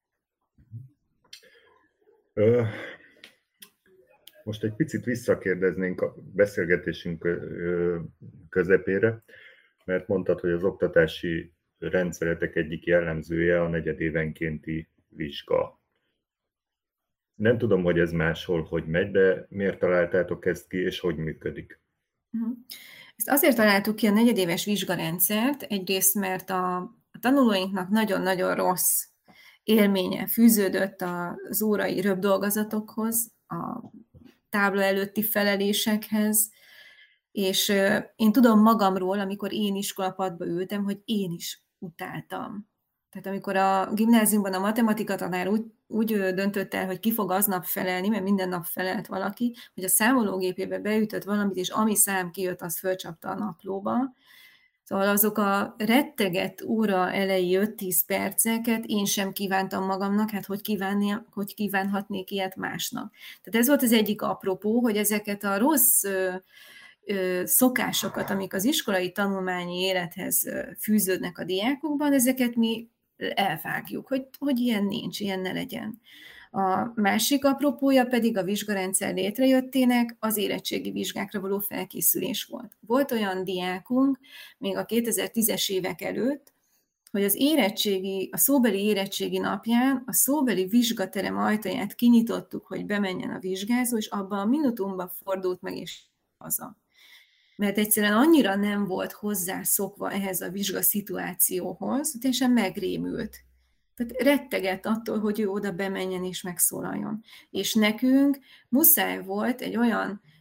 Ö, most egy picit visszakérdeznénk a beszélgetésünk közepére, mert mondtad, hogy az oktatási rendszeretek egyik jellemzője a negyedévenkénti vizsga. Nem tudom, hogy ez máshol hogy megy, de miért találtátok ezt ki, és hogy működik? Ezt azért találtuk ki a negyedéves vizsgarendszert, egyrészt, mert a, a tanulóinknak nagyon-nagyon rossz élménye fűződött az órai röpdolgozatokhoz, a tábla előtti felelésekhez, és én tudom magamról, amikor én iskolapadba ültem, hogy én is utáltam. Tehát amikor a gimnáziumban a matematika tanár úgy, úgy döntött el, hogy ki fog aznap felelni, mert minden nap felelt valaki, hogy a számológépébe beütött valamit, és ami szám kijött, az fölcsapta a naplóba. Szóval azok a retteget óra elejé öt-tíz perceket én sem kívántam magamnak, hát hogy, kívánni, hogy kívánhatnék ilyet másnak. Tehát ez volt az egyik apropó, hogy ezeket a rossz ö, ö, szokásokat, amik az iskolai tanulmányi élethez fűződnek a diákokban, ezeket mi elvágjuk, hogy, hogy ilyen nincs, ilyen ne legyen. A másik apropója pedig a vizsgarendszer létrejöttének az érettségi vizsgákra való felkészülés volt. Volt olyan diákunk, még a kétezer-tízes évek előtt, hogy az érettségi, a szóbeli érettségi napján a szóbeli vizsgaterem ajtaját kinyitottuk, hogy bemenjen a vizsgázó, és abban a minutumban fordult meg és haza. Mert egyszerűen annyira nem volt hozzászokva ehhez a vizsgaszituációhoz, hogy teljesen megrémült. Tehát rettegett attól, hogy ő oda bemenjen és megszólaljon. És nekünk muszáj volt egy olyan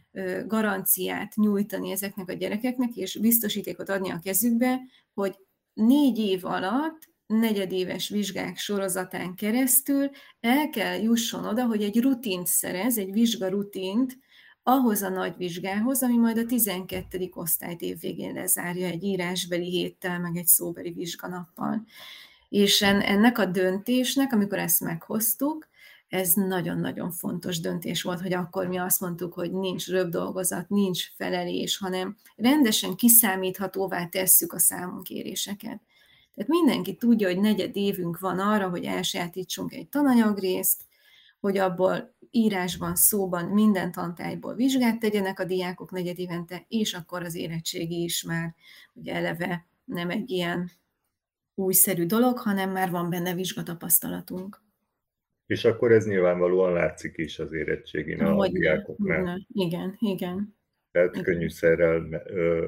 garanciát nyújtani ezeknek a gyerekeknek, és biztosítékot adni a kezükbe, hogy négy év alatt, negyedéves vizsgák sorozatán keresztül el kell jusson oda, hogy egy rutint szerez, egy vizsgarutint ahhoz a nagy vizsgához, ami majd a tizenkettedik osztályt év végén lezárja egy írásbeli héttel, meg egy szóbeli vizsganappal. És ennek a döntésnek, amikor ezt meghoztuk, ez nagyon-nagyon fontos döntés volt, hogy akkor mi azt mondtuk, hogy nincs röpdolgozat, nincs felelés, hanem rendesen kiszámíthatóvá tesszük a számunkéréseket. Tehát mindenki tudja, hogy negyed évünk van arra, hogy elsajátítsunk egy tananyagrészt, hogy abból írásban, szóban minden tantárgyból vizsgát tegyenek a diákok negyed évente, és akkor az érettségi is már ugye eleve nem egy ilyen újszerű dolog, hanem már van benne vizsgatapasztalatunk. És akkor ez nyilvánvalóan látszik is az érettségén a Hogy diákoknál. ne. Igen, igen. Tehát igen. könnyűszerrel,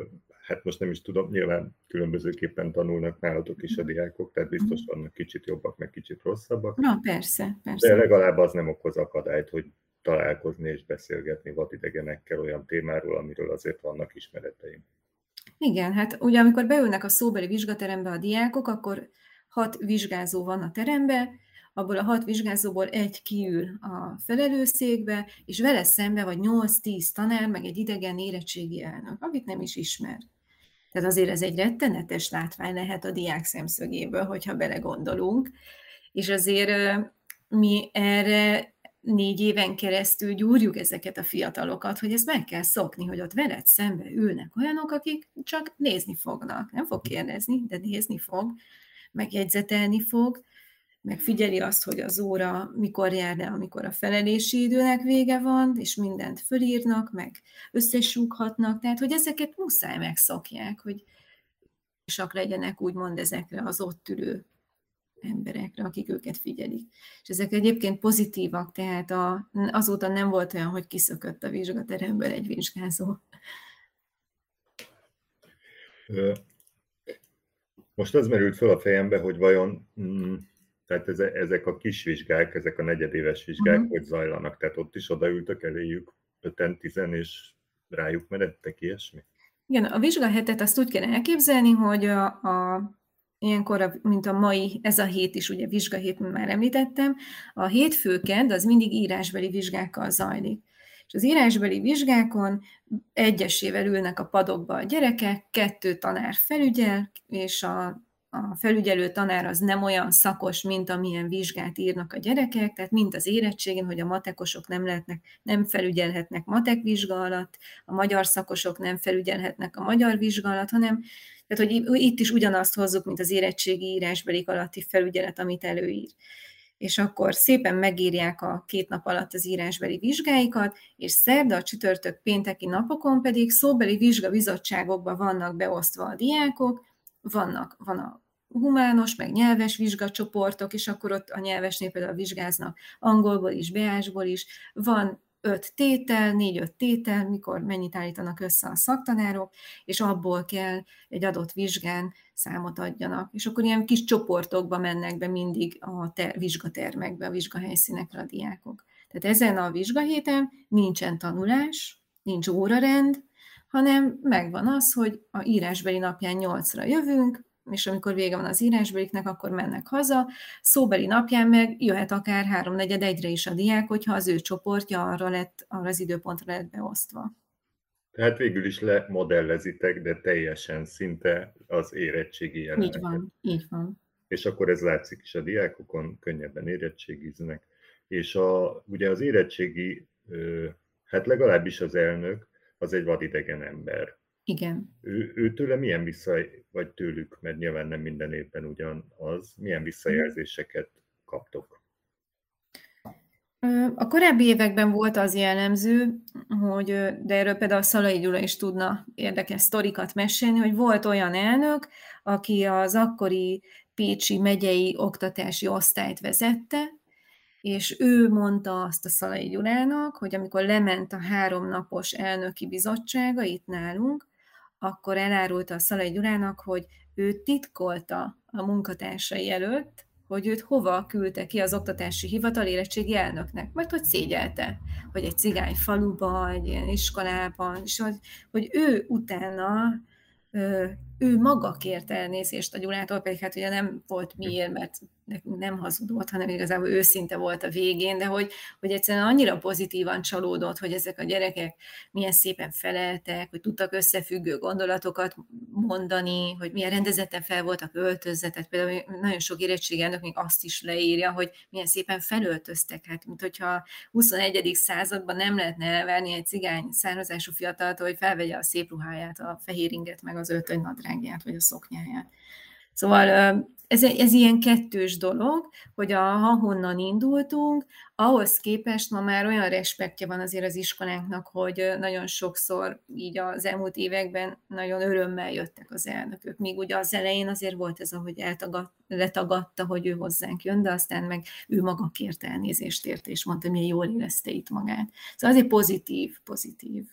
hát most nem is tudom, nyilván különbözőképpen tanulnak nálatok is a diákok, tehát biztos vannak kicsit jobbak, meg kicsit rosszabbak. Na, persze, persze. De legalább az nem okoz akadályt, hogy találkozni és beszélgetni vadidegenekkel olyan témáról, amiről azért vannak ismereteim. Igen, hát ugye amikor beülnek a szóbeli vizsgaterembe a diákok, akkor hat vizsgázó van a terembe, abból a hat vizsgázóból egy kiül a felelőszékbe, és vele szembe vagy nyolc-tíz tanár, meg egy idegen érettségi elnök, akit nem is ismer. Tehát azért ez egy rettenetes látvány lehet a diák szemszögéből, hogyha belegondolunk. És azért mi erre négy éven keresztül gyúrjuk ezeket a fiatalokat, hogy ezt meg kell szokni, hogy ott veled szembe ülnek olyanok, akik csak nézni fognak. Nem fog kérdezni, de nézni fog, megjegyzetelni fog, meg figyeli azt, hogy az óra mikor jár le, amikor a felelési időnek vége van, és mindent fölírnak, meg összesúghatnak, tehát hogy ezeket muszáj megszokják, hogy sak legyenek úgymond ezekre az ott ülő emberekre, akik őket figyelik. És ezek egyébként pozitívak, tehát a, azóta nem volt olyan, hogy kiszökött a vizsgateremből egy vizsgázó. Most az merült fel a fejembe, hogy vajon mm, tehát ezek a kis vizsgák, ezek a negyedéves vizsgák, uh-huh. hogy zajlanak? Tehát ott is odaültök eléjük öten, tizen, és rájuk meredtek, ilyesmi? Igen, a vizsgahetet azt úgy kell elképzelni, hogy a, a, ilyenkor, mint a mai, ez a hét is, ugye vizsgahét, mint már említettem, a hétfőked az mindig írásbeli vizsgákkal zajlik. És az írásbeli vizsgákon egyesével ülnek a padokba a gyerekek, kettő tanár felügyel, és a a felügyelő tanár az nem olyan szakos, mint amilyen vizsgát írnak a gyerekek, tehát mint az érettségén, hogy a matekosok nem lehetnek, nem felügyelhetnek matek vizsga alatt, a magyar szakosok nem felügyelhetnek a magyar vizsga alatt, hanem tehát, hogy itt is ugyanazt hozzuk, mint az érettségi írásbelik alatti felügyelet, amit előír. És akkor szépen megírják a két nap alatt az írásbeli vizsgáikat, és szerda, csütörtök, pénteki napokon pedig szóbeli vizsgabizottságokba vannak beosztva a diákok, vannak, van a humános, meg nyelves vizsgacsoportok, és akkor ott a nyelvesnél például vizsgáznak angolból is, beásból is, van öt tétel, négy-öt tétel, mikor mennyit állítanak össze a szaktanárok, és abból kell egy adott vizsgán számot adjanak. És akkor ilyen kis csoportokba mennek be mindig a ter- vizsgatermekbe, a vizsgahelyszínekre a diákok. Tehát ezen a vizsgahéten nincsen tanulás, nincs órarend, hanem megvan az, hogy a írásbeli napján nyolcra jövünk, és amikor vége van az írásbeliknek, akkor mennek haza, szóbeli napján meg jöhet akár háromnegyed egyre is a diák, hogyha az ő csoportja arra, lett, arra az időpontra lett beosztva. Tehát végül is lemodellezitek, de teljesen szinte az érettségi jeleneket. Így van, így van. És akkor ez látszik is a diákokon, könnyebben érettségiznek. És a, ugye az érettségi, hát legalábbis az elnök, az egy vadidegen ember. Igen. Ő, őtőle milyen vissza, vagy tőlük, mert nyilván nem minden évben ugyanaz, milyen visszajelzéseket kaptok? A korábbi években volt az jellemző, hogy, de erről például Szalai Gyula is tudna érdekes sztorikat mesélni, hogy volt olyan elnök, aki az akkori pécsi megyei oktatási osztályt vezette, és ő mondta azt a Szalai Gyulának, hogy amikor lement a háromnapos elnöki bizottsága itt nálunk, akkor elárulta a Szalai Gyulának, hogy ő titkolta a munkatársai előtt, hogy őt hova küldte ki az oktatási hivatal érettségi elnöknek, vagy hogy szégyelte, hogy egy cigány faluban, egy ilyen iskolában, és hogy, hogy ő utána ő maga kért elnézést a Gyulától, pedig hát ugye nem volt miért, mert nem hazudott, hanem igazából őszinte volt a végén, de hogy, hogy egyszerűen annyira pozitívan csalódott, hogy ezek a gyerekek milyen szépen feleltek, hogy tudtak összefüggő gondolatokat mondani, hogy milyen rendezetten fel voltak öltözve, tehát például nagyon sok érettségelnök még azt is leírja, hogy milyen szépen felöltöztek, hát mint hogyha a huszonegyedik században nem lehetne elvárni egy cigány származású fiataltól, hogy felvegye a szép ruháját, a fehér inget, meg az öltönynadrágját, vagy a szoknyáját. Szóval ez, ez ilyen kettős dolog, hogy a, ahonnan indultunk, ahhoz képest ma már olyan respektje van azért az iskolánknak, hogy nagyon sokszor így az elmúlt években nagyon örömmel jöttek az elnökök. Míg ugye az elején azért volt ez, ahogy eltagad, letagadta, hogy ő hozzánk jön, de aztán meg ő maga kért elnézést ért, és mondta, hogy milyen jól érezte itt magát. Szóval azért pozitív, pozitív.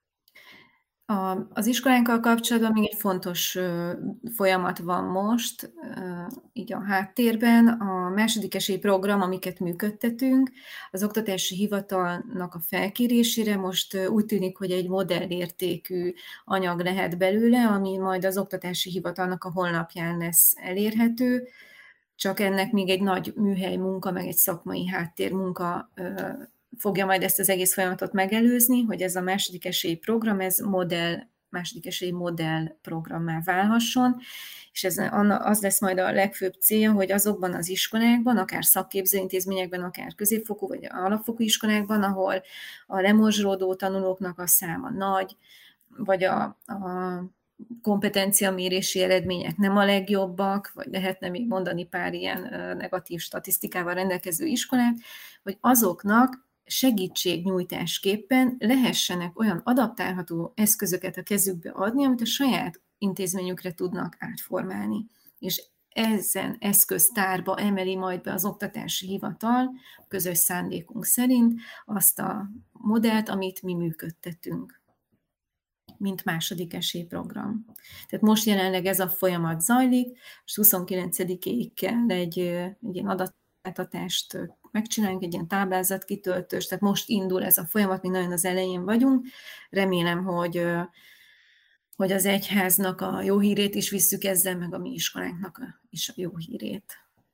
A, az iskolánkkal kapcsolatban még egy fontos uh, folyamat van most, uh, így a háttérben. A második esély program, amiket működtetünk, az oktatási hivatalnak a felkérésére most uh, úgy tűnik, hogy egy modellértékű anyag lehet belőle, ami majd az oktatási hivatalnak a honlapján lesz elérhető, csak ennek még egy nagy műhely munka, meg egy szakmai háttérmunka uh, fogja majd ezt az egész folyamatot megelőzni, hogy ez a második esély program, ez modell, második esély modell programmá válhasson, és ez az lesz majd a legfőbb célja, hogy azokban az iskolákban, akár szakképzőintézményekben, akár középfokú vagy alapfokú iskolákban, ahol a lemorzsolódó tanulóknak a száma nagy, vagy a, a kompetenciamérési eredmények nem a legjobbak, vagy lehetne még mondani pár ilyen negatív statisztikával rendelkező iskolát, hogy azoknak segítségnyújtásképpen lehessenek olyan adaptálható eszközöket a kezükbe adni, amit a saját intézményükre tudnak átformálni. És ezen eszköztárba emeli majd be az oktatási hivatal közös szándékunk szerint azt a modellt, amit mi működtetünk, mint második esélyprogram. Tehát most jelenleg ez a folyamat zajlik, és huszonkilencedikéig kell egy, egy ilyen adattáltatást megcsinálunk, egy ilyen táblázatkitöltős, tehát most indul ez a folyamat, mi nagyon az elején vagyunk. Remélem, hogy, hogy az egyháznak a jó hírét is visszük ezzel, meg a mi iskolánknak is a jó hírét.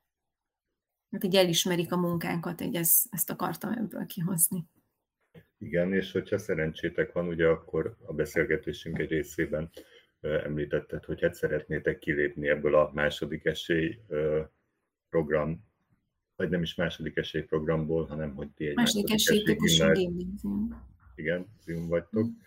Hát így elismerik a munkánkat, hogy ez, ezt akartam ebből kihozni. Igen, és hogyha szerencsétek van, ugye akkor a beszélgetésünk egy részében említetted, hogy hát szeretnétek kilépni ebből a második esély program, vagy nem is második esély programból, hanem hogy ti egy második, második esély típusú gimnázium. Igen, gimnázium vagytok, mm.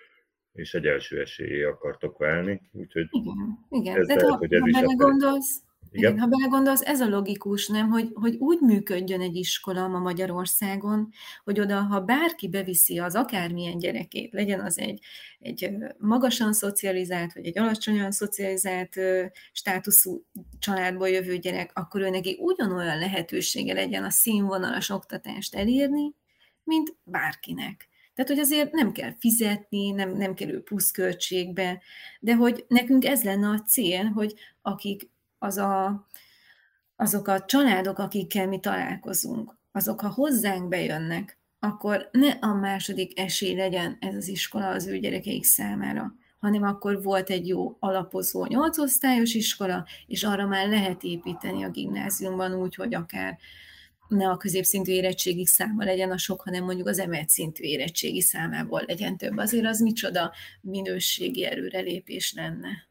és egy első esélyé akartok válni, úgyhogy igen, igen. Ez de lehet, ha, hogy ez ha is belegondolsz, igen. Igen, ha belegondolsz, ez a logikus, nem, hogy, hogy úgy működjön egy iskola ma Magyarországon, hogy oda, ha bárki beviszi az akármilyen gyerekét, legyen az egy, egy magasan szocializált, vagy egy alacsonyan szocializált státuszú családból jövő gyerek, akkor ő neki ugyanolyan lehetősége legyen a színvonalas oktatást elérni, mint bárkinek. Tehát, hogy azért nem kell fizetni, nem, nem kerül pluszköltségbe, de hogy nekünk ez lenne a cél, hogy akik az a, azok a családok, akikkel mi találkozunk, azok, ha hozzánk bejönnek, akkor ne a második esély legyen ez az iskola az ő gyerekeik számára, hanem akkor volt egy jó alapozó nyolcosztályos iskola, és arra már lehet építeni a gimnáziumban úgy, hogy akár ne a középszintű érettségi száma legyen a sok, hanem mondjuk az emelt szintű érettségi számából legyen több. Azért az micsoda minőségi előrelépés lenne.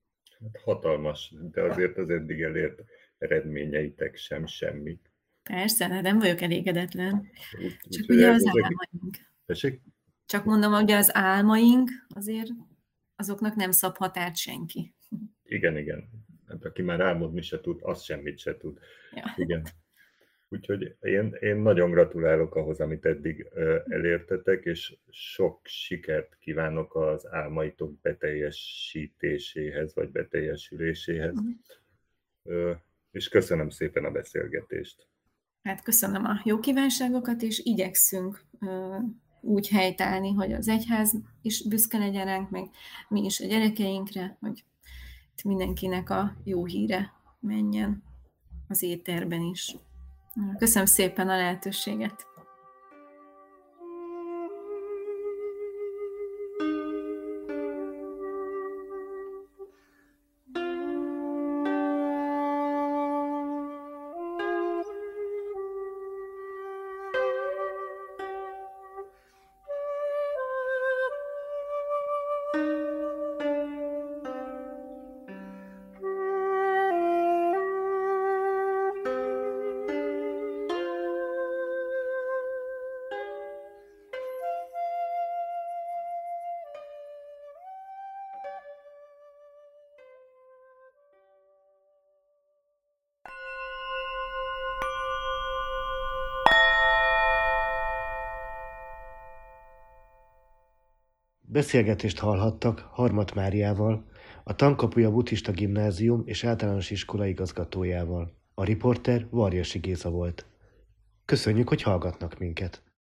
Hatalmas, de azért az eddig elért eredményeitek sem semmi. Persze, hát nem vagyok elégedetlen. Úgy, Csak úgy, ugye az ezek... álmaink. Tessék? Csak mondom, hogy az álmaink azért azoknak nem szab határt senki. Igen, igen. Hát, aki már álmodni se tud, az semmit se tud. Ja. Igen. Úgyhogy én, én nagyon gratulálok ahhoz, amit eddig elértetek, és sok sikert kívánok az álmaitok beteljesítéséhez, vagy beteljesüléséhez. Uh-huh. És köszönöm szépen a beszélgetést. Hát köszönöm a jó kívánságokat, és igyekszünk úgy helytállni, hogy az egyház is büszke legyen ránk, meg mi is a gyerekeinkre, hogy mindenkinek a jó híre menjen az éterben is. Köszönöm szépen a lehetőséget! Beszélgetést hallhattak Harmat Máriával, a Tankapuja Buddhista Gimnázium és Általános Iskola igazgatójával. A riporter Varjasi Géza volt. Köszönjük, hogy hallgatnak minket!